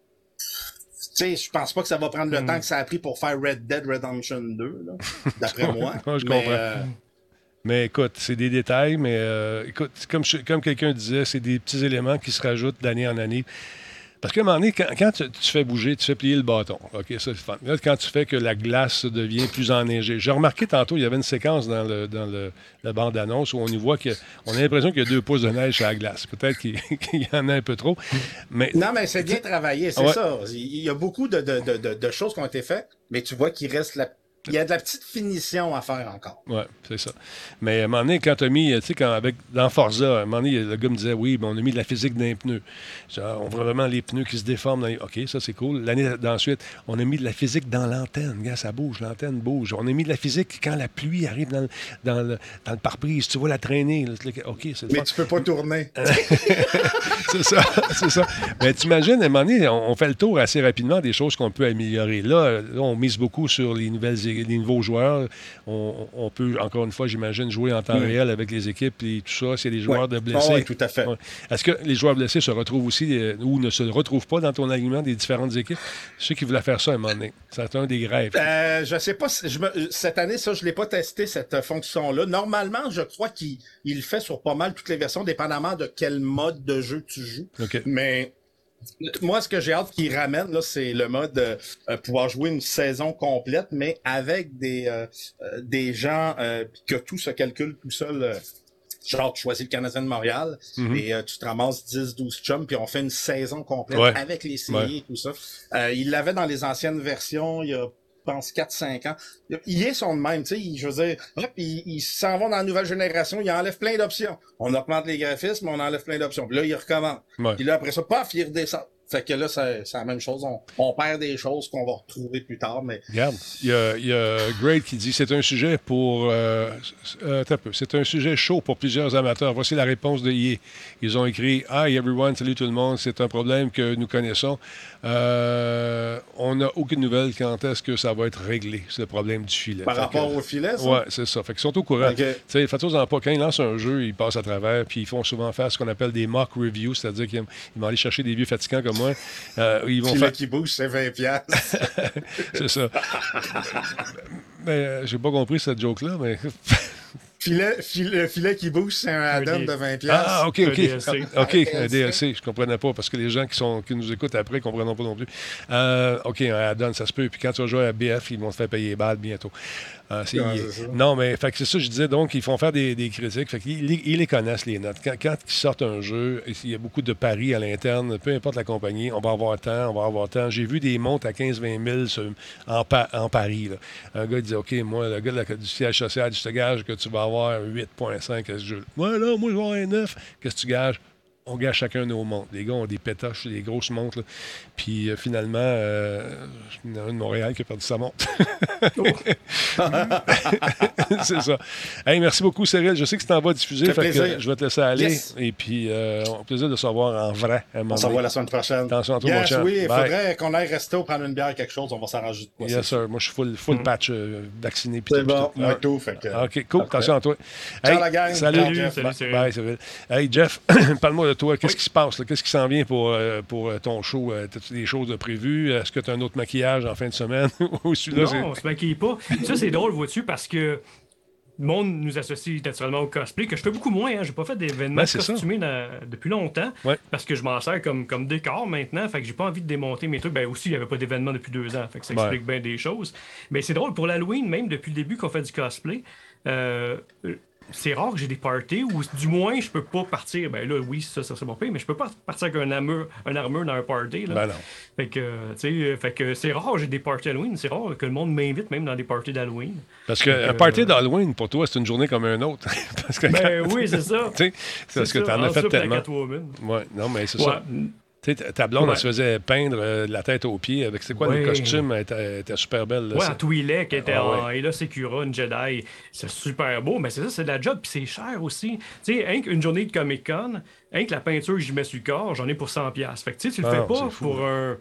Tu sais, je pense pas que ça va prendre le temps que ça a pris pour faire Red Dead Redemption 2, là, d'après moi. Je comprends. Mais écoute, c'est des détails, mais écoute, comme quelqu'un disait, c'est des petits éléments qui se rajoutent d'année en année. Parce qu'à un moment donné, quand tu fais bouger, tu fais plier le bâton. OK, ça, c'est fun. Là, quand tu fais que la glace devient plus enneigée. J'ai remarqué tantôt, il y avait une séquence dans la bande-annonce où on y voit qu'on a l'impression qu'il y a 2 pouces de neige sur la glace. Peut-être qu'il y en a un peu trop. Mais, non, mais c'est bien travaillé, c'est ça. Il y a beaucoup de choses qui ont été faites, mais tu vois qu'il reste il y a de la petite finition à faire encore. Oui, c'est ça. Mais à un moment donné, quand tu as mis, tu sais, dans Forza, à un moment donné, le gars me disait, oui, ben, on a mis de la physique dans les pneus. On voit vraiment les pneus qui se déforment. OK, ça, c'est cool. L'année d'ensuite, on a mis de la physique dans l'antenne. Regarde, ça bouge, l'antenne bouge. On a mis de la physique quand la pluie arrive dans le pare-brise. Tu vois la traîner. OK, c'est mais tu peux pas tourner. C'est ça. Mais tu imagines, à un moment donné, on fait le tour assez rapidement des choses qu'on peut améliorer. Là, on mise beaucoup sur les nouveaux joueurs. On peut, encore une fois, j'imagine, jouer en temps réel avec les équipes et tout ça. C'est des joueurs de blessés. Oui, tout à fait. Ouais. Est-ce que les joueurs blessés se retrouvent aussi ou ne se retrouvent pas dans ton alignement des différentes équipes? Ceux qui voulaient faire ça à un moment donné. C'est un des rêves. Je sais pas. Cette année, ça, je l'ai pas testé, cette fonction-là. Normalement, je crois qu'il le fait sur pas mal toutes les versions, dépendamment de quel mode de jeu tu joues. Okay. Mais moi, ce que j'ai hâte qu'il ramène, là, c'est le mode pouvoir jouer une saison complète, mais avec des gens que tout se calcule tout seul. Genre, tu choisis le Canadien de Montréal et tu te ramasses 10-12 chums, puis on fait une saison complète avec les séries et tout ça. Il l'avait dans les anciennes versions, il y a, je pense, 4-5 ans. Il est son de même, tu sais, je veux dire, il s'en va dans la nouvelle génération, il enlève plein d'options. On augmente les graphismes, on enlève plein d'options. Puis là, il recommence. Puis là, après ça, paf, il redescend. Fait que là, c'est la même chose. On perd des choses qu'on va retrouver plus tard. Mais... Regarde, il y a Grade qui dit c'est un sujet pour. C'est un sujet chaud pour plusieurs amateurs. Voici la réponse de EA. Ils ont écrit Hi everyone, salut tout le monde. C'est un problème que nous connaissons. On n'a aucune nouvelle quand est-ce que ça va être réglé, c'est le problème du filet. Par rapport au filet, ça? Oui, c'est ça. Fait qu'ils sont au courant. Okay. Faites-en pas. Quand ils lancent un jeu, ils passent à travers, puis ils font souvent faire ce qu'on appelle des mock reviews, c'est-à-dire qu'ils vont aller chercher des vieux fatigants comme moi. Ils vont filet qui bouge, c'est 20$. C'est ça. Mais j'ai pas compris cette joke-là, mais... Le filet qui bouge, c'est un add-on de 20$. Ah, OK. Un DLC. Un DLC. Je comprenais pas, parce que les gens qui nous écoutent après ne comprennent pas non plus. OK, un add-on, ça se peut. Puis quand tu vas jouer à BF, ils vont te faire payer les balles bientôt. Non, mais fait que c'est ça, je disais. Donc, ils font faire des critiques. Fait qu'ils ils les connaissent, les notes. Quand ils sortent un jeu, il y a beaucoup de paris à l'interne, peu importe la compagnie, on va avoir tant. J'ai vu des montres à 15-20 000 en paris. Là. Un gars dit, OK, moi, le gars du siège social, je te gage que tu vas avoir 8,5 à ce jeu. Ouais, là, moi, je vais avoir un 9. Qu'est-ce que tu gages? On gage chacun nos montres. Les gars ont des pétoches, des grosses montres. Là. Puis finalement, il y en a un de Montréal qui a perdu sa montre. C'est ça. Hey, merci beaucoup, Cyril. Je sais que tu t'en vas diffuser. Fait que je vais te laisser aller. Yes. Et puis, plaisir de se revoir en vrai. On se revoit la semaine prochaine. Attention à toi, mon cher. Oui, il faudrait qu'on aille rester ou prendre une bière, quelque chose. On va s'arranger de quoi. Yes, sir. Moi, je suis full patch vacciné. C'est bon. Tout. Fait que... OK, cool. Attention à toi. Ciao, la gang. Salut. Jeff. Bye, Cyril. Hey, Jeff, parle-moi de toi. Qu'est-ce qui se passe? Là? Qu'est-ce qui s'en vient pour ton show? As-tu des choses de prévues? Est-ce que tu as un autre maquillage en fin de semaine? Non, on se maquille pas. Ça, c'est drôle, vois-tu, parce que le monde nous associe naturellement au cosplay, que je fais beaucoup moins. Hein. J'ai pas fait d'événements costumés depuis longtemps, parce que je m'en sers comme décor maintenant. Fait que j'ai pas envie de démonter mes trucs. Ben aussi, il y avait pas d'événement depuis 2 ans. Fait que ça explique bien des choses. Mais c'est drôle, pour l'Halloween, même depuis le début qu'on fait du cosplay, c'est rare que j'ai des parties où, du moins, je peux pas partir. Ben là, oui, ça c'est bon, mais je peux pas partir avec un armure dans un party. Là. Ben non. Fait que c'est rare, j'ai des parties Halloween. C'est rare que le monde m'invite même dans des parties d'Halloween. Parce qu'un party d'Halloween, pour toi, c'est une journée comme une autre. Parce que oui, c'est ça. Parce que tu en as fait tellement. Ouais, non, mais c'est ça. Tu sais, ta blonde, elle se faisait peindre de la tête aux pieds avec, c'est quoi, le costume? Elle était super belle. Là, en Twi'lek, elle était en Ayla Secura, une Jedi. C'est super beau, mais c'est ça, c'est de la job, puis c'est cher aussi. Tu sais, une journée de Comic-Con, que la peinture que j'y mets sur le corps, j'en ai pour 100$. Fait que tu sais, tu le fais pas pour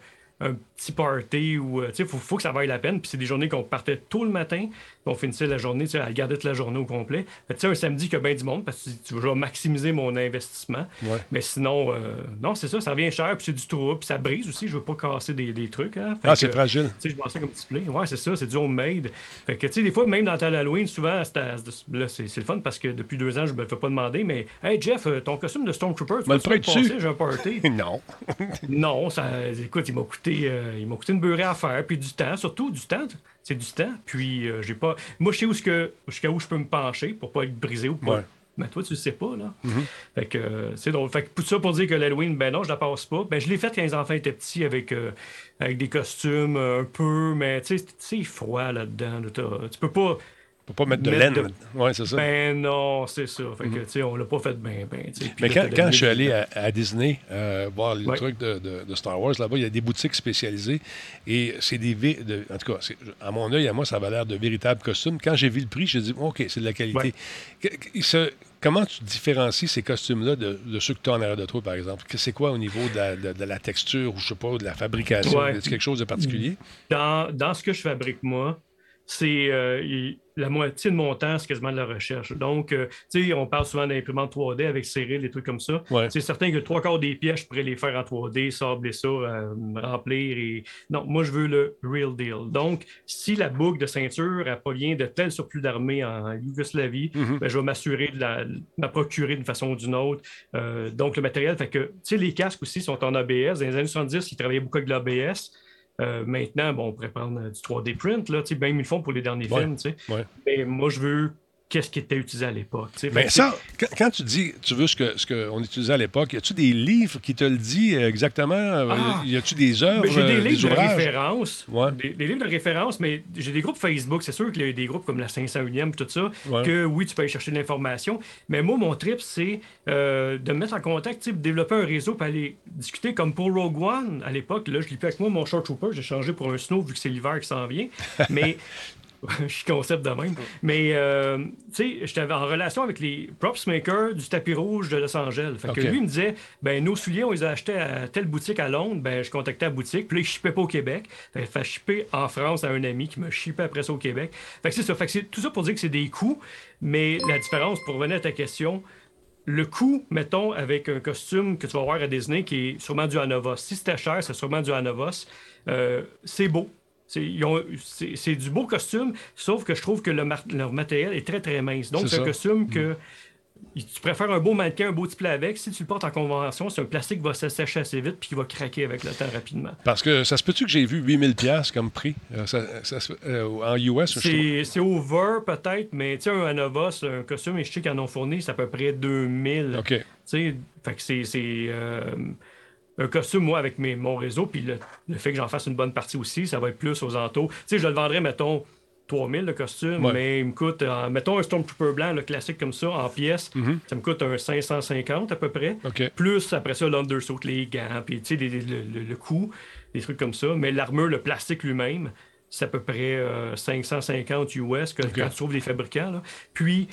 un petit party où, tu sais, faut que ça vaille la peine. Puis c'est des journées qu'on partait tôt le matin, on finissait la journée, tu sais, à garder toute la journée au complet. Fait que, tu sais, un samedi qu'il y a bien du monde, parce que tu veux maximiser mon investissement. Ouais. Mais sinon, non, c'est ça, ça revient cher, puis c'est du trou, puis ça brise aussi. Je veux pas casser des trucs. Hein. C'est fragile. Tu sais, je pensais comme display. Ouais, c'est ça, c'est du homemade. Fait que, tu sais, des fois, même dans ta Halloween, souvent, là, c'est le fun parce que depuis 2 ans, je me fais pas demander, mais, hey, Jeff, ton costume de Stormtrooper, tu peux le passer, j'ai un party. Non. Non, écoute, il m'a coûté une beurrée à faire, puis du temps, surtout du temps. C'est du temps. Puis, j'ai pas. Moi, je sais jusqu'à où je peux me pencher pour pas être brisé ou pas. Ouais. Mais toi, tu le sais pas, là. Mm-hmm. Fait que c'est drôle. Fait que tout ça pour dire que l'Halloween, ben non, je la passe pas. Ben, je l'ai fait quand les enfants étaient petits avec des costumes un peu, mais tu sais, c'est froid là-dedans. Là, tu peux pas. Faut pas mettre de laine. Oui, c'est ça. Ben non, c'est ça. Fait que, tu sais, on l'a pas fait bien. Mais quand je suis allé à Disney voir les trucs de Star Wars, là-bas, il y a des boutiques spécialisées et c'est en tout cas, à mon œil, à moi, ça avait l'air de véritables costumes. Quand j'ai vu le prix, j'ai dit, OK, c'est de la qualité. Ouais. Comment tu différencies ces costumes-là de ceux que tu as en arrière de toi, par exemple? C'est quoi au niveau de la texture ou, je sais pas, de la fabrication? Ouais. Est-ce quelque chose de particulier? Dans ce que je fabrique, moi, c'est la moitié de mon temps, c'est quasiment de la recherche. Donc, tu sais, on parle souvent d'imprimante 3D avec Cyril, des trucs comme ça. Ouais. C'est certain que 3/4 des pièces, je pourrais les faire en 3D, sabler ça, remplir. Et... Non, moi, je veux le real deal. Donc, si la boucle de ceinture n'a pas lien de tel surplus d'armée en Yougoslavie, ben, je vais m'assurer de la procurer d'une façon ou d'une autre. Donc, le matériel, fait que, tu sais, les casques aussi sont en ABS. Dans les années 70, ils travaillaient beaucoup avec de l'ABS. Maintenant, bon, on pourrait prendre du 3D print, là, même ils le font pour les derniers films, tu sais. Ouais. Mais moi, je veux qu'est-ce qui était utilisé à l'époque. Mais ça, quand tu dis tu veux ce qu'on utilisait à l'époque, y a-tu des livres qui te le disent exactement? Y a-tu des œuvres, j'ai des livres de référence. Ouais. Des livres de référence, mais j'ai des groupes Facebook. C'est sûr qu'il y a des groupes comme la 501e, tout ça, que oui, tu peux aller chercher de l'information. Mais moi, mon trip, c'est de me mettre en contact, développer un réseau pour aller discuter. Comme pour Rogue One, à l'époque, là, je l'ai fait avec moi, mon Short Trooper, j'ai changé pour un Snow vu que c'est l'hiver qui s'en vient. Mais... je suis concept de même. Mais, tu sais, j'étais en relation avec les props makers du tapis rouge de Los Angeles. Fait que lui, il me disait, ben nos souliers, on les a achetés à telle boutique à Londres. Ben, je contactais la boutique. Puis là, ils ne shippaient pas au Québec. Fait shipper en France à un ami qui me shippait après ça au Québec. Fait que c'est ça. Fait que c'est tout ça pour dire que c'est des coûts. Mais la différence, pour revenir à ta question, le coût, mettons, avec un costume que tu vas voir à Disney qui est sûrement du Hanovos. Si c'était cher, c'est sûrement du Hanovos. C'est beau. C'est du beau costume, sauf que je trouve que leur matériel est très, très mince. Donc, c'est un costume que Tu préfères un beau mannequin, un beau display avec. Si tu le portes en convention, c'est un plastique qui va s'assécher assez vite puis qui va craquer avec le temps rapidement. Parce que ça se peut-tu que j'ai vu 8000$ comme prix en US? C'est over peut-être, mais tu sais, un Anova, c'est un costume, et je sais qu'ils en ont fourni, c'est à peu près 2000. OK. Tu sais, fait que c'est un costume, moi, avec mon réseau, puis le fait que j'en fasse une bonne partie aussi, ça va être plus aux entours. Tu sais, je le vendrais, mettons, 3000 le costume, mais il me coûte, mettons un Stormtrooper blanc, le classique comme ça, en pièces, ça me coûte un 550 à peu près. Okay. Plus après ça, l'undersuit, les gants, puis tu sais, le cou, des trucs comme ça. Mais l'armure, le plastique lui-même, c'est à peu près 550 US quand tu trouves des fabricants. Là. Puis,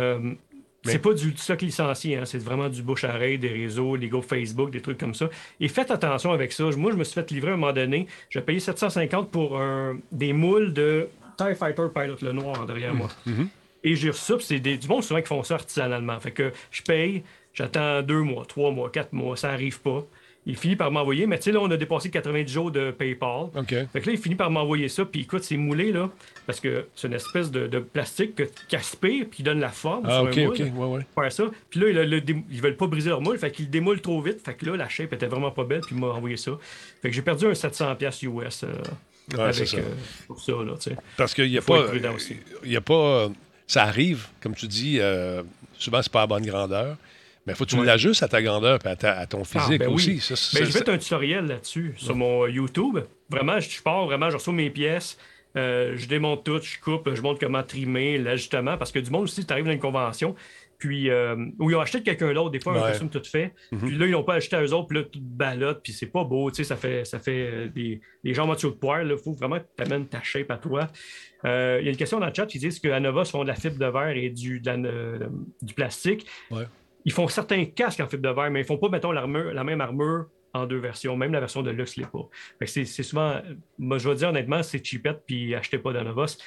c'est pas du stock licencié, hein, c'est vraiment du bouche à oreille, des réseaux, des groupes Facebook, des trucs comme ça. Et faites attention avec ça. Moi, je me suis fait livrer à un moment donné, j'ai payé 750 pour des moules de TIE Fighter Pilot, le noir derrière moi. Et j'ai reçu ça, puis c'est du monde souvent qui font ça artisanalement. Fait que je paye, j'attends 2 mois, 3 mois, 4 mois, ça arrive pas. Il finit par m'envoyer, mais tu sais, là, on a dépassé 90 jours de PayPal. Fait que là, il finit par m'envoyer ça, puis écoute, c'est moulé, là, parce que c'est une espèce de plastique qui aspire, puis qui donne la forme sur un moule. Faire ça. Puis là, ils veulent pas briser leur moule, fait qu'ils démoulent trop vite. Fait que là, la shape était vraiment pas belle, puis il m'a envoyé ça. Fait que j'ai perdu un 700$ US. Avec ça. Pour ça, là, tu sais. Parce qu'il n'y a pas... Il y a pas... Ça arrive, comme tu dis, souvent, c'est pas à bonne grandeur. Mais il faut que tu l'ajustes à ta grandeur et à ton physique aussi. Oui. Je vais faire un tutoriel là-dessus sur mon YouTube. Vraiment, je pars, je reçois mes pièces, je démonte tout, je coupe, je montre comment trimer, l'ajustement. Parce que du monde aussi, tu arrives dans une convention, puis où ils ont acheté de quelqu'un d'autre, des fois, un costume tout fait. Puis là, ils n'ont pas acheté à eux autres, puis là, tout balotte, puis c'est pas beau, tu sais, ça fait des jambes en dessous de poire. Il faut vraiment que tu amènes ta shape à toi. Il y a une question dans le chat qui dit que Anova font de la fibre de verre et du plastique. Ils font certains casques en fibre de verre, mais ils font pas, mettons, la même armure en 2 versions. Même la version de luxe l'est pas. Fait que c'est souvent... Moi, je vais dire honnêtement, c'est cheapette, puis achetez pas d'Anovos.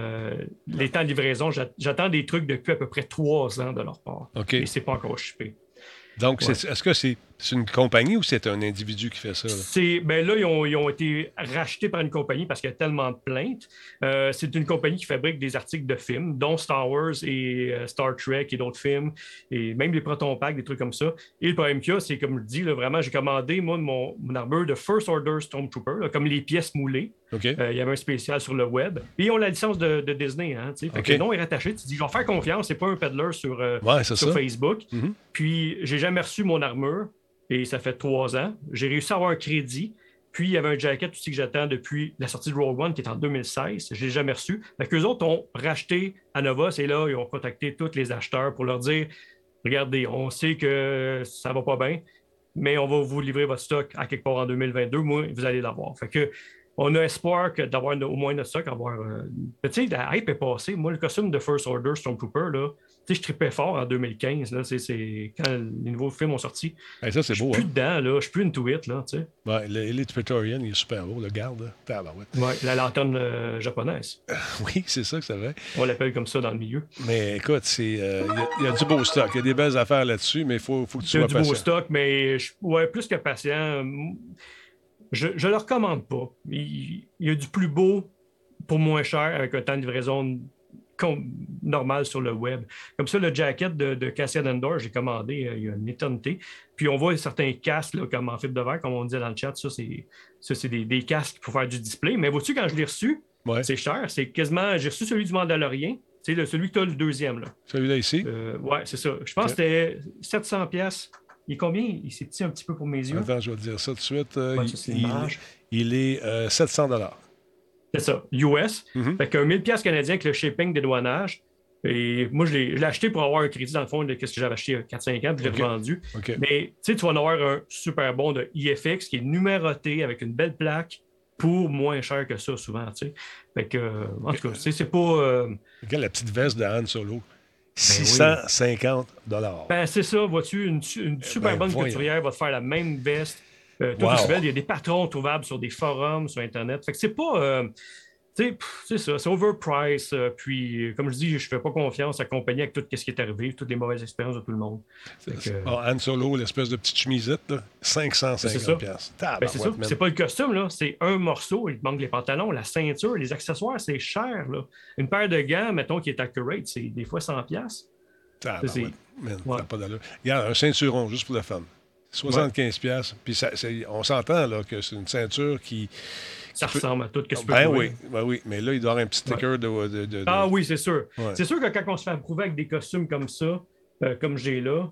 Les temps de livraison, j'attends des trucs depuis à peu près 3 ans de leur part. Et c'est pas encore shippé. Donc, est-ce que c'est une compagnie ou c'est un individu qui fait ça? Là? Là, ils ont été rachetés par une compagnie parce qu'il y a tellement de plaintes. C'est une compagnie qui fabrique des articles de films, dont Star Wars et Star Trek et d'autres films, et même les Proton Packs, des trucs comme ça. Et le problème qu'il y a, c'est comme je le dis, là, vraiment, j'ai commandé, moi, mon armure de First Order Stormtrooper, là, comme les pièces moulées. Il y avait un spécial sur le web. Et ils ont la licence de Disney. Hein, fait que le nom est rattaché. Tu dis, je vais faire confiance, c'est pas un peddler sur Facebook. Puis, j'ai jamais reçu mon armure. Et ça fait 3 ans. J'ai réussi à avoir un crédit. Puis, il y avait un jacket aussi que j'attends depuis la sortie de Rogue One, qui est en 2016. Je ne l'ai jamais reçu. Fait qu'eux autres ont racheté Anova. Et là, ils ont contacté tous les acheteurs pour leur dire, regardez, on sait que ça va pas bien, mais on va vous livrer votre stock à quelque part en 2022. Moi, vous allez l'avoir. Fait que on a espoir d'avoir au moins notre stock. Tu sais, la hype est passée. Moi, le costume de First Order Stormtrooper, là, tu sais, je trippais fort en 2015. Là, c'est quand les nouveaux films ont sorti. Ça, c'est beau. Je suis plus dedans, là. Je suis plus into it, là, tu sais. Ouais, l'Elite Praetorian, il est super beau, le garde. Ouais, la lanterne japonaise. Oui, c'est ça que ça va. On l'appelle comme ça dans le milieu. Mais écoute, il y a du beau stock. Il y a des belles affaires là-dessus, mais il faut que tu sois patient. Il y a du beau stock, mais plus que patient. Je ne le recommande pas. Il y a du plus beau pour moins cher avec un temps de livraison normal sur le web. Comme ça, le jacket de Cassian Andor, j'ai commandé il y a une éternité. Puis on voit certains casques là, comme en fibre de verre, comme on disait dans le chat. Ça, c'est des casques pour faire du display. Mais vois-tu, quand je l'ai reçu, c'est cher. C'est quasiment... J'ai reçu celui du Mandalorien. C'est celui que tu as le deuxième. Là. Celui-là ici? Oui, c'est ça. Je pense que c'était 700$. Il est combien? Il s'est petit un petit peu pour mes yeux. Attends, je vais te dire ça tout de suite. Il est 700$. C'est ça, US. Fait qu'un 1000$ canadien avec le shipping, dédouanage. Et moi, je l'ai acheté pour avoir un crédit dans le fond de ce que j'avais acheté il y a 4-5 ans, puis je l'ai revendu. Mais tu vas en avoir un super bon de IFX qui est numéroté avec une belle plaque pour moins cher que ça, souvent. T'sais. Fait que, en tout cas, c'est pas. Regarde la petite veste de Han Solo. 650$. Ben, c'est ça, vois-tu, une super bonne couturière va te faire la même veste. Il y a des patrons trouvables sur des forums, sur Internet. Fait que c'est pas... c'est ça, c'est overpriced. Puis, comme je dis, je fais pas confiance à la compagnie avec tout ce qui est arrivé, toutes les mauvaises expériences de tout le monde. Han Solo, l'espèce de petite chemisette, là, 550$. C'est ça. C'est pas le costume, là. C'est un morceau. Il te manque les pantalons, la ceinture, les accessoires, c'est cher. Là. Une paire de gants, mettons, qui est accurate, c'est des fois 100$. Man, ça n'a pas d'allure. Regarde, un ceinturon, juste pour la femme. 75$. Puis on s'entend là, que c'est une ceinture qui... Ça ressemble à tout ce que tu peux trouver. Oui. Mais là, il doit y avoir un petit sticker de... Ah oui, c'est sûr. Ouais. C'est sûr que quand on se fait approuver avec des costumes comme ça, comme j'ai là,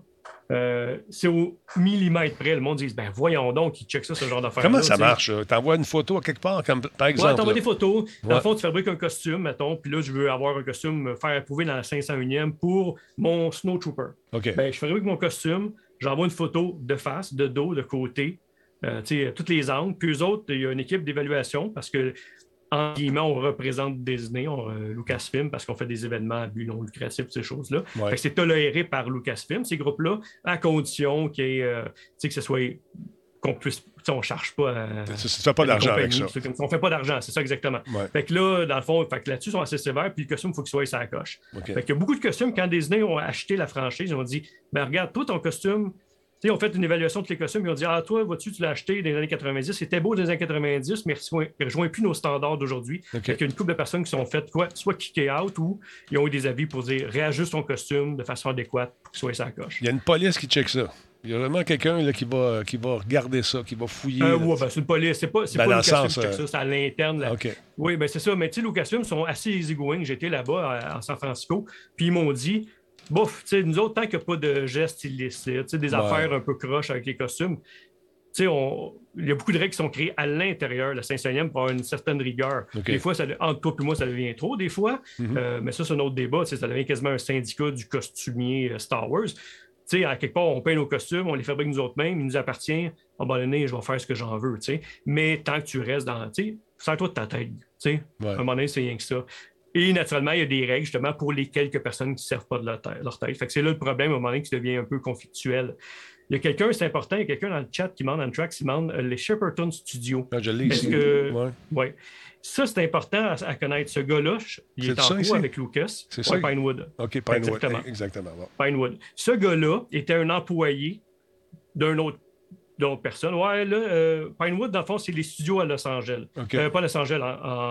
c'est au millimètre près. Le monde dit, ben voyons donc, ils checkent ça, ce genre d'affaires. Comment ça marche? T'envoies une photo à quelque part, comme, par exemple? Ouais, t'envoies des photos. Dans le fond, tu fabriques un costume, mettons, puis là, je veux avoir un costume, me faire approuver dans la 501e pour mon Snow Trooper. OK. Ben, je fabrique mon costume, j'envoie une photo de face, de dos, de côté, toutes les angles. Puis eux autres, il y a une équipe d'évaluation parce que, en guillemets, on représente Disney, Lucasfilm, parce qu'on fait des événements à but non lucratif, ces choses-là. Ouais. Fait que c'est toléré par Lucasfilm, ces groupes-là, à condition que ce soit... qu'on puisse... On ne charge pas à... Tu ne fais pas d'argent avec ça. On ne fait pas d'argent, c'est ça exactement. Ouais. Fait que là, dans le fond, là-dessus, ils sont assez sévères, puis le costume, il faut qu'il soit sur la coche. Okay. Fait qu'il y a beaucoup de costumes, quand Disney ont acheté la franchise, ils ont dit, ben regarde, toi, ton costume... Ils ont fait une évaluation de tous les costumes. Ils ont dit, ah, toi, vois-tu, tu l'as acheté dans les années 90. C'était beau dans les années 90, mais il ne rejoint plus nos standards d'aujourd'hui. Okay. Il y a une couple de personnes qui sont faites soit kicker out ou ils ont eu des avis pour dire, réajuste ton costume de façon adéquate pour qu'il soit sur la coche. Il y a une police qui check ça. Il y a vraiment quelqu'un là, qui va regarder ça, qui va fouiller. Oui, ben, c'est une police. C'est pas Lucasfilm qui check ça, c'est à l'interne. Okay. Oui, ben c'est ça. Mais tu sais, Lucasfilm sont assez easygoing. J'étais là-bas en San Francisco, puis ils m'ont dit, bouf, nous autres, tant qu'il n'y a pas de gestes illicites, des affaires un peu croches avec les costumes, il y a beaucoup de règles qui sont créées à l'intérieur de la 5e pour avoir une certaine rigueur. Okay. Des fois, entre toi et moi, ça devient trop, des fois. Mais ça, c'est un autre débat. Ça devient quasiment un syndicat du costumier Star Wars. À quelque part, on paye nos costumes, on les fabrique nous autres mêmes, il nous appartient. À un moment donné, je vais faire ce que j'en veux. Mais tant que tu restes dans... Sers-toi de ta tête. À un moment donné, c'est rien que ça. Et naturellement, il y a des règles justement pour les quelques personnes qui ne servent pas de leur tête. Fait que c'est là le problème, à un moment donné, qui devient un peu conflictuel. Il y a quelqu'un, c'est important, il y a quelqu'un dans le chat qui demande, qui demande les Shepperton Studios. Ah, je l'ai ici. Ouais. Ça, c'est important à connaître. Ce gars-là, il est en cours avec Lucas. C'est ça? Pinewood. OK, Pinewood. Exactement. Pinewood. Ce gars-là était un employé d'une autre personne. Ouais, là, Pinewood, dans le fond, c'est les studios à Los Angeles. Okay. Pas Los Angeles,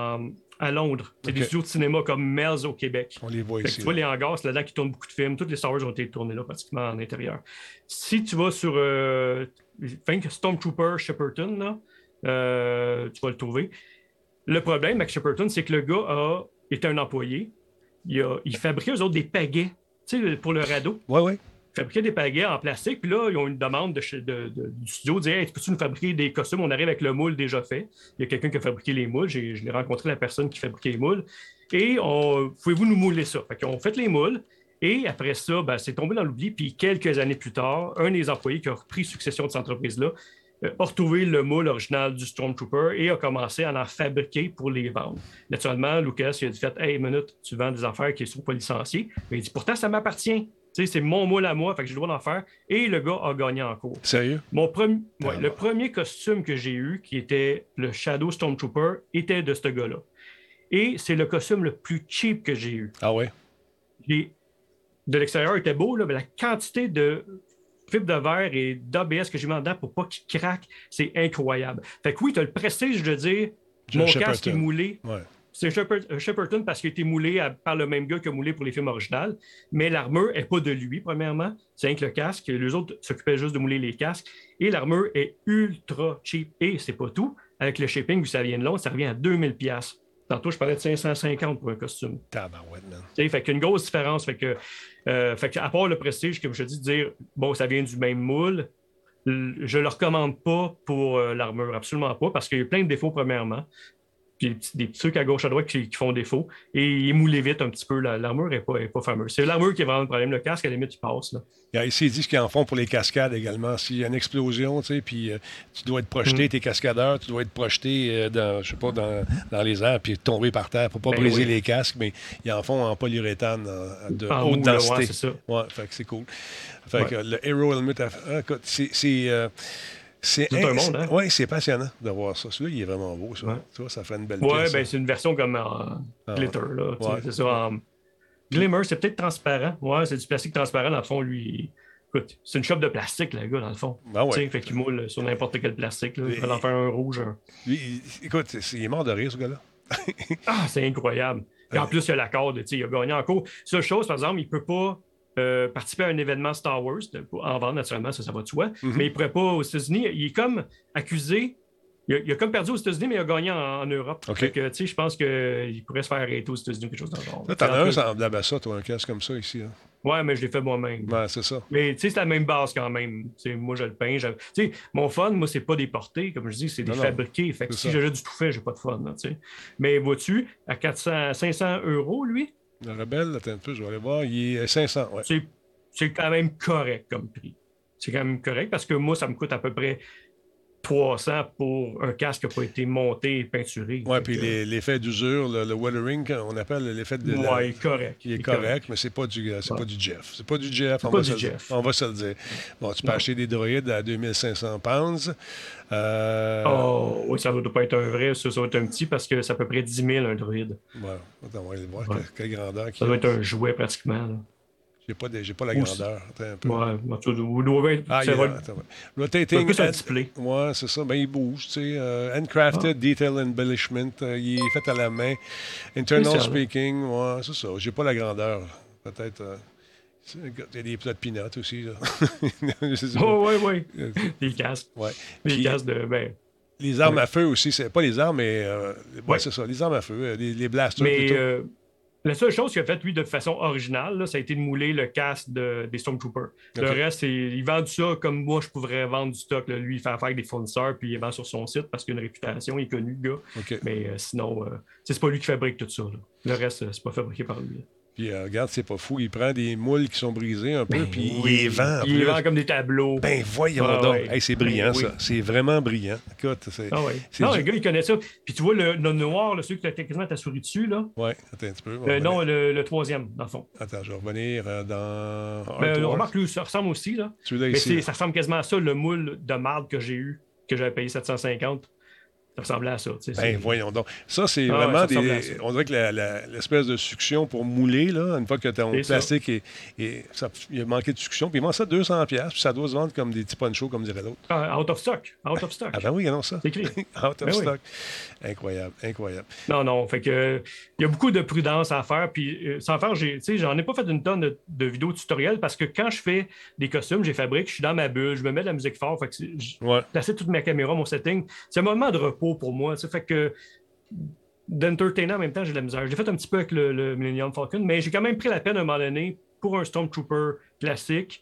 à Londres. C'est des studios de cinéma comme Mel's au Québec. On les voit ici. Tu vois les hangars, c'est là-dedans qui tournent beaucoup de films. Toutes les Star Wars ont été tournés là, pratiquement en intérieur. Si tu vas sur Stormtrooper Shepperton, là, tu vas le trouver. Le problème avec Shepperton, c'est que le gars était un employé. Il fabriquait, eux autres, des pagaies, pour le radeau. Oui. Ils fabriquaient des pagaies en plastique, puis là, ils ont une demande du studio, dire, hey, peux-tu nous fabriquer des costumes? On arrive avec le moule déjà fait. Il y a quelqu'un qui a fabriqué les moules. Je l'ai rencontré, la personne qui fabriquait les moules. Et pouvez-vous nous mouler ça? Fait qu'ils ont fait les moules. Et après ça, c'est tombé dans l'oubli. Puis quelques années plus tard, un des employés qui a repris succession de cette entreprise-là a retrouvé le moule original du Stormtrooper et a commencé à en fabriquer pour les vendre. Naturellement, Lucas, il a dit, hey, minute, tu vends des affaires qui ne sont pas licenciées. Mais il dit, pourtant, ça m'appartient. C'est mon moule à moi, fait que j'ai le droit d'en faire. Et le gars a gagné en cours. Sérieux? Le premier costume que j'ai eu, qui était le Shadow Stormtrooper, était de ce gars-là. Et c'est le costume le plus cheap que j'ai eu. Ah ouais? De l'extérieur, il était beau, là, mais la quantité de fibre de verre et d'ABS que j'ai mis en dedans pour pas qu'il craque, c'est incroyable. Fait que oui, tu as le prestige de dire mon casque est moulé. Ouais. C'est Shepperton parce qu'il a été moulé par le même gars qui a moulé pour les films originaux, mais l'armure n'est pas de lui, premièrement. C'est rien que le casque. Les autres s'occupaient juste de mouler les casques. Et l'armure est ultra cheap. Et c'est pas tout. Avec le shipping, vu que ça vient de Londres, ça revient à 2000$. Tantôt, je parlais de 550 pour un costume. Tabarouette, man. Fait qu'il y a une grosse différence. Fait que, à part le prestige, comme je te dis, de dire, bon, ça vient du même moule, je ne le recommande pas pour l'armure, absolument pas, parce qu'il y a plein de défauts, premièrement. Puis des petits trucs à gauche, à droite qui font défaut. Et il est moulé vite un petit peu. L'armure n'est pas fameuse. C'est l'armure qui est vraiment le problème. Le casque, à la limite, il passe. Là. Il y a ici dit ce qu'ils en font pour les cascades également. S'il y a une explosion, puis tu dois être projeté, t'es cascadeur, tu dois être projeté dans les airs, puis tomber par terre pour pas briser les casques. Mais ils en font en polyuréthane de haute densité. Ouais, c'est ça. Ouais, fait que c'est cool. Fait que le Hero Helmet, écoute, c'est un monde, hein? Oui, c'est passionnant de voir ça. Celui-là, il est vraiment beau, ça. Ouais. Tu vois, ça fait une belle pièce. Oui, c'est une version comme glitter, là. C'est ça, en glimmer, c'est peut-être transparent. Ouais, c'est du plastique transparent, dans le fond, lui. Écoute, c'est une chope de plastique, le gars, dans le fond. Fait qu'il moule sur n'importe quel plastique. Là. Il va en faire un rouge. Écoute, il est mort de rire, ce gars-là. C'est incroyable. Et en plus, il y a la corde, il a gagné en cours. Seule chose, par exemple, il ne peut pas participer à un événement Star Wars, en vente naturellement, ça va de soi, mais il ne pourrait pas aux États-Unis. Il est comme accusé. Il a comme perdu aux États-Unis, mais il a gagné en Europe. Okay. Fait que, je pense qu'il pourrait se faire arrêter aux États-Unis ou quelque chose dans le genre. Là, t'en as un semblable à ça, toi, un casque comme ça ici. Hein? Ouais, mais je l'ai fait moi-même. Ouais, c'est ça. Mais c'est la même base quand même. Moi, je le peins. Mon fun, moi, c'est pas des portés, comme je dis, c'est des fabriqués. Fait que si j'ai du tout fait, j'ai pas de fun. Là, mais vois-tu, à 500 €, lui? Le Rebelle, attends un peu, je vais aller voir. Il est 500, ouais. C'est quand même correct comme prix. C'est quand même correct parce que moi, ça me coûte à peu près 300 pour un casque qui n'a pas été monté et peinturé. Oui, puis l'effet d'usure, le weathering, on appelle l'effet de... Oui, correct. Il est correct, mais c'est pas du Jeff. C'est pas du Jeff, on va se le dire. Bon, tu peux acheter des droïdes à 2500 pounds. Oh, oui, ça ne doit pas être un vrai, ça va être un petit parce que c'est à peu près 10 000 un droïde. Ouais. Attends, on va aller voir quelle grandeur. Ça doit être un jouet pratiquement. Là. J'ai pas la grandeur. Attends un peu. Ouais, vous doit être. Rotating. Plus un display. Ouais, c'est ça. Ben, il bouge, tu sais. Handcrafted Detail Embellishment. Il est fait à la main. Internal speaking. Ouais, c'est ça. J'ai pas la grandeur. Peut-être. Il y a des plats de peanuts aussi. Oui. Des casques. Ouais. Des casques de. Les armes à feu aussi. C'est pas les armes, mais. C'est ça. Les armes à feu. Les blasters. Mais. La seule chose qu'il a faite, lui, de façon originale, là, ça a été de mouler le casque des Stormtroopers. Okay. Le reste, il vend ça comme moi, je pourrais vendre du stock. Là. Lui, il fait affaire avec des fournisseurs, puis il vend sur son site parce qu'il a une réputation, il est connu, le gars. Okay. Mais sinon, c'est pas lui qui fabrique tout ça. Là. Le reste, c'est pas fabriqué par lui. Là. Puis regarde, c'est pas fou. Il prend des moules qui sont brisés un peu, puis il les vend. Il les vend comme des tableaux. Ben voyons donc. Ouais. Hey, c'est brillant, ça. C'est vraiment brillant. Écoute, c'est... Non, le gars, il connaît ça. Puis tu vois le noir, là, celui qui a quasiment ta souris dessus, là. Oui, attends un petit peu. Non, le troisième, dans le fond. Attends, je vais revenir dans... remarque, lui, ça ressemble aussi, là. Celui-là mais ici. Ça ressemble quasiment à ça, le moule de marde que j'ai eu, que j'avais payé 750. Ça ressemblait à ça. Voyons donc. Ça, c'est vraiment on dirait que l'espèce de succion pour mouler, là, une fois que ton plastique il a manqué de succion, puis il vend ça 200$, puis ça doit se vendre comme des petits ponchos, comme dirait l'autre. Out of stock. Ah ben oui, non, ça. C'est écrit. Out of stock. Oui. Incroyable. Non. Fait que il y a beaucoup de prudence à faire, puis sans faire, j'en ai pas fait une tonne de vidéos tutoriels parce que quand je fais des costumes, je les fabrique, je suis dans ma bulle, je me mets de la musique fort, fait que je placé toute ma caméra, mon setting. C'est un moment de repos pour moi. Fait que d'entertainer en même temps, j'ai de la misère. Je l'ai fait un petit peu avec le Millennium Falcon, mais j'ai quand même pris la peine à un moment donné pour un Stormtrooper classique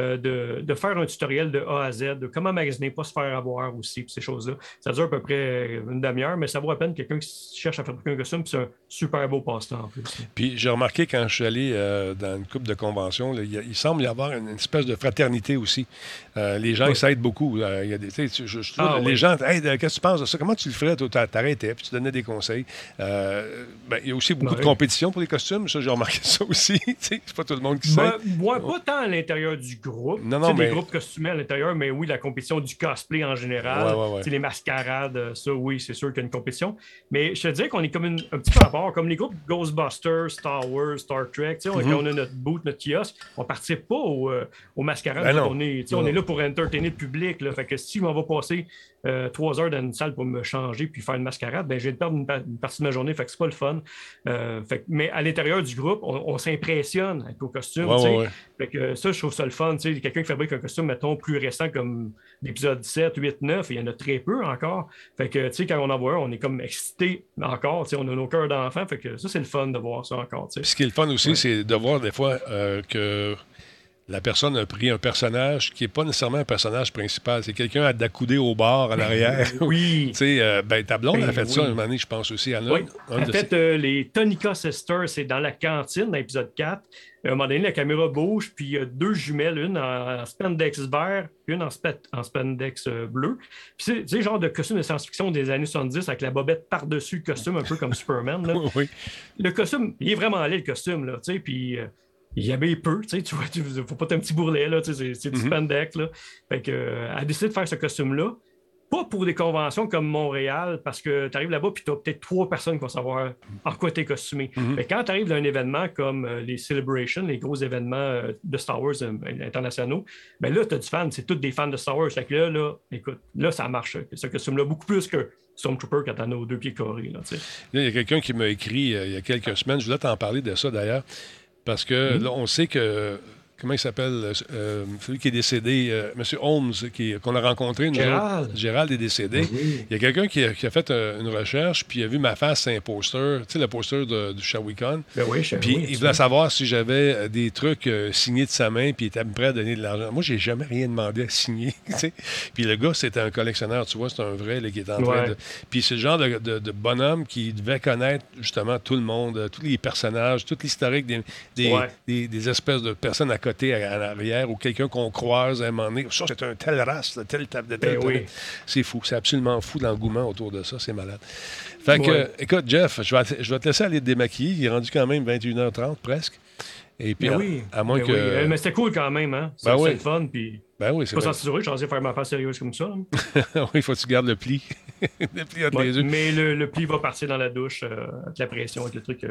de faire un tutoriel de A à Z, de comment magasiner, pas se faire avoir aussi, puis ces choses-là. Ça dure à peu près une demi-heure, mais ça vaut la peine quelqu'un qui cherche à fabriquer un costume, puis c'est un super beau passe-temps en plus. Puis j'ai remarqué quand je suis allé dans une couple de conventions, il semble y avoir une espèce de fraternité aussi. Les gens ils s'aident beaucoup. Il y a des, je trouve les gens, hey, qu'est-ce que tu penses de ça? Comment tu le ferais? Tu t'arrêtais, puis tu donnais des conseils. Il y a aussi beaucoup de compétition pour les costumes. Ça, j'ai remarqué ça aussi. C'est pas tout le monde qui s'aide. Moi, pas tant à l'intérieur du groupe. Non, des groupes costumés à l'intérieur, mais oui, la compétition du cosplay en général. Les mascarades, ça, oui, c'est sûr qu'il y a une compétition. Mais je te dirais qu'on est comme un petit peu à part, comme les groupes Ghostbusters, Star Wars, Star Trek. Quand on a notre booth, notre kiosque, on ne participe pas aux mascarades. On est là pour entertainer le public. Là. Fait que si on va passer 3 heures dans une salle pour me changer puis faire une mascarade, je vais perdre une partie de ma journée. Fait que c'est pas le fun. Mais à l'intérieur du groupe, on s'impressionne avec nos costumes. Fait que ça, je trouve ça le fun. Quelqu'un qui fabrique un costume, mettons, plus récent comme l'épisode 7, 8, 9, il y en a très peu encore. Fait que, quand on en voit un, on est comme excité encore. On a nos cœurs d'enfant. Fait que ça, c'est le fun de voir ça encore. Puis ce qui est le fun aussi, c'est de voir des fois que la personne a pris un personnage qui n'est pas nécessairement un personnage principal. C'est quelqu'un accoudé au bar en arrière. Oui. Ta blonde a fait ça un moment donné, je pense aussi. Elle a fait les Tonica Sisters, c'est dans la cantine, dans l'épisode 4. À un moment donné, la caméra bouge, puis il y a 2 jumelles, une en spandex vert, puis une en spandex bleu. Puis c'est le genre de costume de science-fiction des années 70 avec la bobette par-dessus le costume, un peu comme Superman. Là. Oui. Le costume, il est vraiment laid, le costume, là, puis... il y avait peu, tu vois, faut pas être un petit bourrelet, là, c'est du spandex, là. Fait que, elle a décidé de faire ce costume-là, pas pour des conventions comme Montréal, parce que tu arrives là-bas puis tu as peut-être 3 personnes qui vont savoir en quoi tu es costumé. Mais quand tu arrives dans un événement comme les Celebrations, les gros événements de Star Wars internationaux, là, tu as du fan, c'est tous des fans de Star Wars. Fait que là, écoute, là, ça marche, ce costume-là, beaucoup plus que Stormtrooper quand t'en as aux 2 pieds carrés. Là, il y a quelqu'un qui m'a écrit il y a quelques semaines, je voulais t'en parler de ça d'ailleurs. Parce que là, on sait que comment il s'appelle, celui qui est décédé, M. Holmes, qu'on a rencontré. Gérald est décédé. Oui. Il y a quelqu'un qui a fait une recherche, puis il a vu ma face sur un poster, tu sais, le poster du Shawicon. Ben oui, puis il voulait savoir si j'avais des trucs signés de sa main, puis il était prêt à donner de l'argent. Moi, j'ai jamais rien demandé à signer, tu sais. Puis le gars, c'était un collectionneur, tu vois, c'est un vrai là, qui est en train de... Puis c'est le genre de bonhomme qui devait connaître, justement, tout le monde, tous les personnages, tout l'historique des espèces de personnes à côté, à l'arrière, ou quelqu'un qu'on croise à un moment donné. Ça, c'est un tel race, tel. C'est fou. C'est absolument fou l'engouement autour de ça. C'est malade. Fait que, écoute, Jeff, je vais te laisser aller te démaquiller. Il est rendu quand même 21h30 presque. Et puis, à moins que... Oui. Mais c'était cool quand même, hein? C'est le fun, puis... c'est pas censuré, je suis censé faire ma face sérieuse comme ça. Oui, il faut que tu gardes le pli. Le pli entre les yeux. Mais le pli va partir dans la douche avec la pression, avec le truc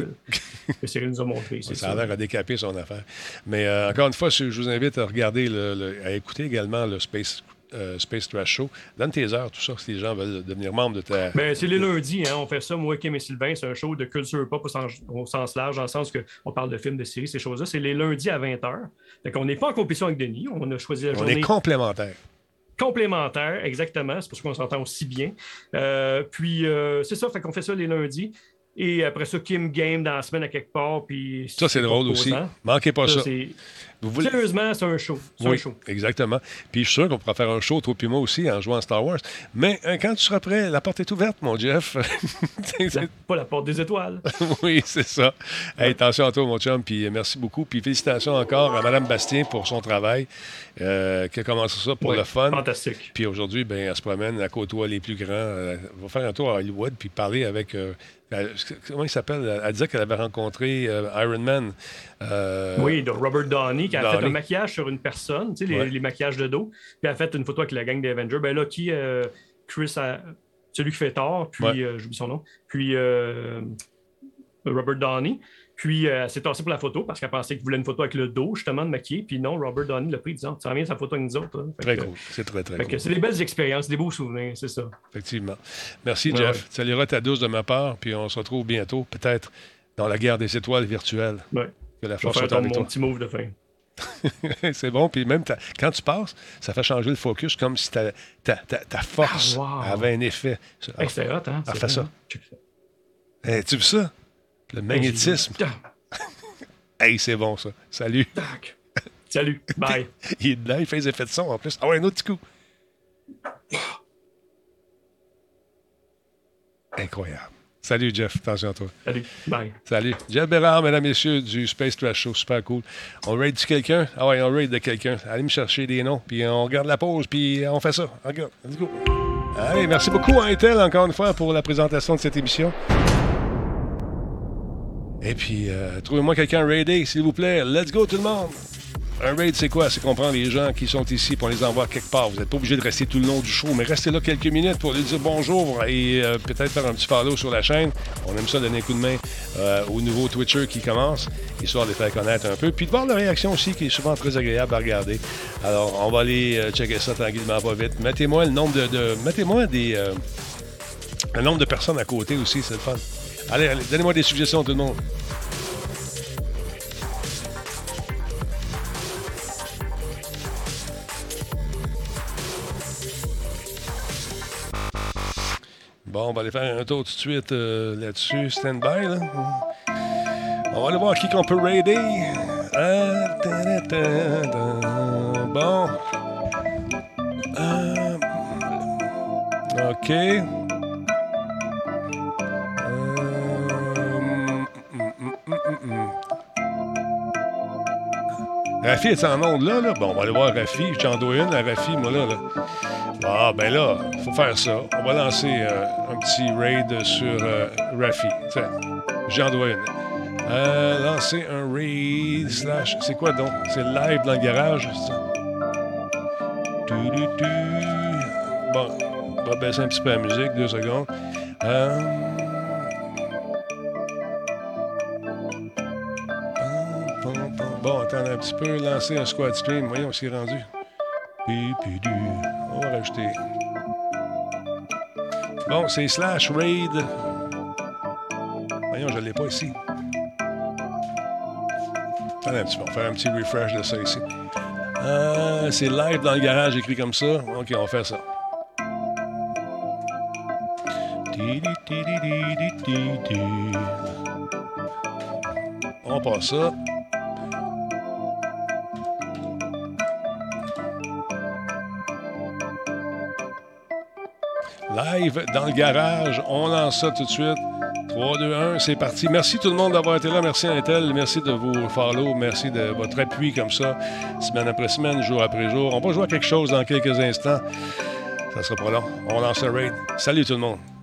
que Cyril nous a montré. Ça a l'air à décaper son affaire. Mais encore une fois, je vous invite à regarder, à écouter également le Space Trash Show. Donne tes heures, tout ça, si les gens veulent devenir membres de ta... Ben, c'est les lundis, hein, on fait ça, moi, Kim et Sylvain, c'est un show de culture pop au sens large, dans le sens qu'on parle de films, de séries, ces choses-là. C'est les lundis à 20h. Fait qu'on n'est pas en compétition avec Denis, on a choisi la journée... On est complémentaires. Complémentaire, exactement, c'est pour ça qu'on s'entend aussi bien. Puis, c'est ça, fait qu'on fait ça les lundis. Et après ça, Kim game dans la semaine à quelque part. Puis ça, c'est drôle aussi. Manquez pas ça. Sérieusement, c'est un show. Un show. Exactement. Puis je suis sûr qu'on pourra faire un show, toi et moi aussi, en jouant à Star Wars. Mais quand tu seras prêt, la porte est ouverte, mon Jeff. Pas la porte des étoiles. Oui, c'est ça. Hey, attention à toi, mon chum. Puis merci beaucoup. Puis félicitations encore à Mme Bastien pour son travail, qui a commencé ça pour le fun. Fantastique. Puis aujourd'hui, elle se promène, elle côtoie les plus grands. Elle va faire un tour à Hollywood, puis parler avec... comment il s'appelle? Elle disait qu'elle avait rencontré Iron Man. Oui, de Robert Downey, qui a fait un maquillage sur une personne, tu sais, les maquillages de dos. Puis elle a fait une photo avec la gang des Avengers. Ben là, Chris, celui qui fait Thor, puis j'oublie son nom, puis Robert Downey. Puis elle s'est tassée pour la photo parce qu'elle pensait qu'il voulait une photo avec le dos, justement, de maquiller. Puis non, Robert Downey l'a pris disant, ça revient sa photo avec nous autres. Hein. Très cool. C'est très cool. C'est des belles expériences, des beaux souvenirs, c'est ça. Effectivement. Merci, Jeff. Tu salueras ta douce de ma part, puis on se retrouve bientôt, peut-être dans la guerre des étoiles virtuelles. Oui. Que la force soit avec toi. Mon petit move de fin. C'est bon. Puis même, quand tu passes, ça fait changer le focus, comme si ta force avait un effet. C'est hot, hein? Fais ça. Hey, tu veux ça? Le magnétisme. Hey, c'est bon, ça. Salut. Salut. Bye. Il est dedans, il fait des effets de son en plus. Ah ouais, un autre petit coup. Incroyable. Salut, Jeff. Attention à toi. Salut. Bye. Salut. Jeff Bérard, mesdames et messieurs, du Space Trash Show. Super cool. On raid de quelqu'un? Ah ouais, on raid de quelqu'un. Allez me chercher des noms, puis on regarde la pause, puis on fait ça. Regarde. Let's go. Allez, merci beaucoup à Intel, encore une fois, pour la présentation de cette émission. Et puis, trouvez-moi quelqu'un raidé, s'il vous plaît. Let's go, tout le monde! Un raid, c'est quoi? C'est qu'on prend les gens qui sont ici et on les envoie quelque part. Vous n'êtes pas obligé de rester tout le long du show, mais restez là quelques minutes pour lui dire bonjour et peut-être faire un petit follow sur la chaîne. On aime ça donner un coup de main aux nouveaux Twitchers qui commencent, histoire de les faire connaître un peu. Puis de voir leur réaction aussi, qui est souvent très agréable à regarder. Alors, on va aller checker ça tranquillement, pas vite. Mettez-moi le nombre mettez-moi le nombre de personnes à côté aussi, c'est le fun. Allez, donnez-moi des suggestions, tout le monde. Bon, on va aller faire un tour tout de suite là-dessus. Stand by, là. On va aller voir qui qu'on peut raider. Bon. OK. Rafi est en onde là? Bon, on va aller voir Rafi. J'en dois une, la Rafi, moi, là. Ah, ben là, faut faire ça. On va lancer un petit raid sur Rafi. Tiens, j'en dois une. Lancer un raid / C'est quoi donc? C'est live dans le garage, c'est ça? Bon, on va baisser un petit peu la musique, 2 secondes. Bon, attendez un petit peu. Lancer un squad stream. Voyons, on s'y est rendu. On va rajouter. Bon, c'est /raid. Voyons, je ne l'ai pas ici. Attendez un petit peu, on va faire un petit refresh de ça ici. C'est live dans le garage, écrit comme ça. OK, on va faire ça. On passe ça. Live dans le garage. On lance ça tout de suite. 3, 2, 1, c'est parti. Merci tout le monde d'avoir été là. Merci Intel. Merci de vos follow. Merci de votre appui comme ça, semaine après semaine, jour après jour. On va jouer à quelque chose dans quelques instants. Ça sera pas long. On lance un raid. Salut tout le monde.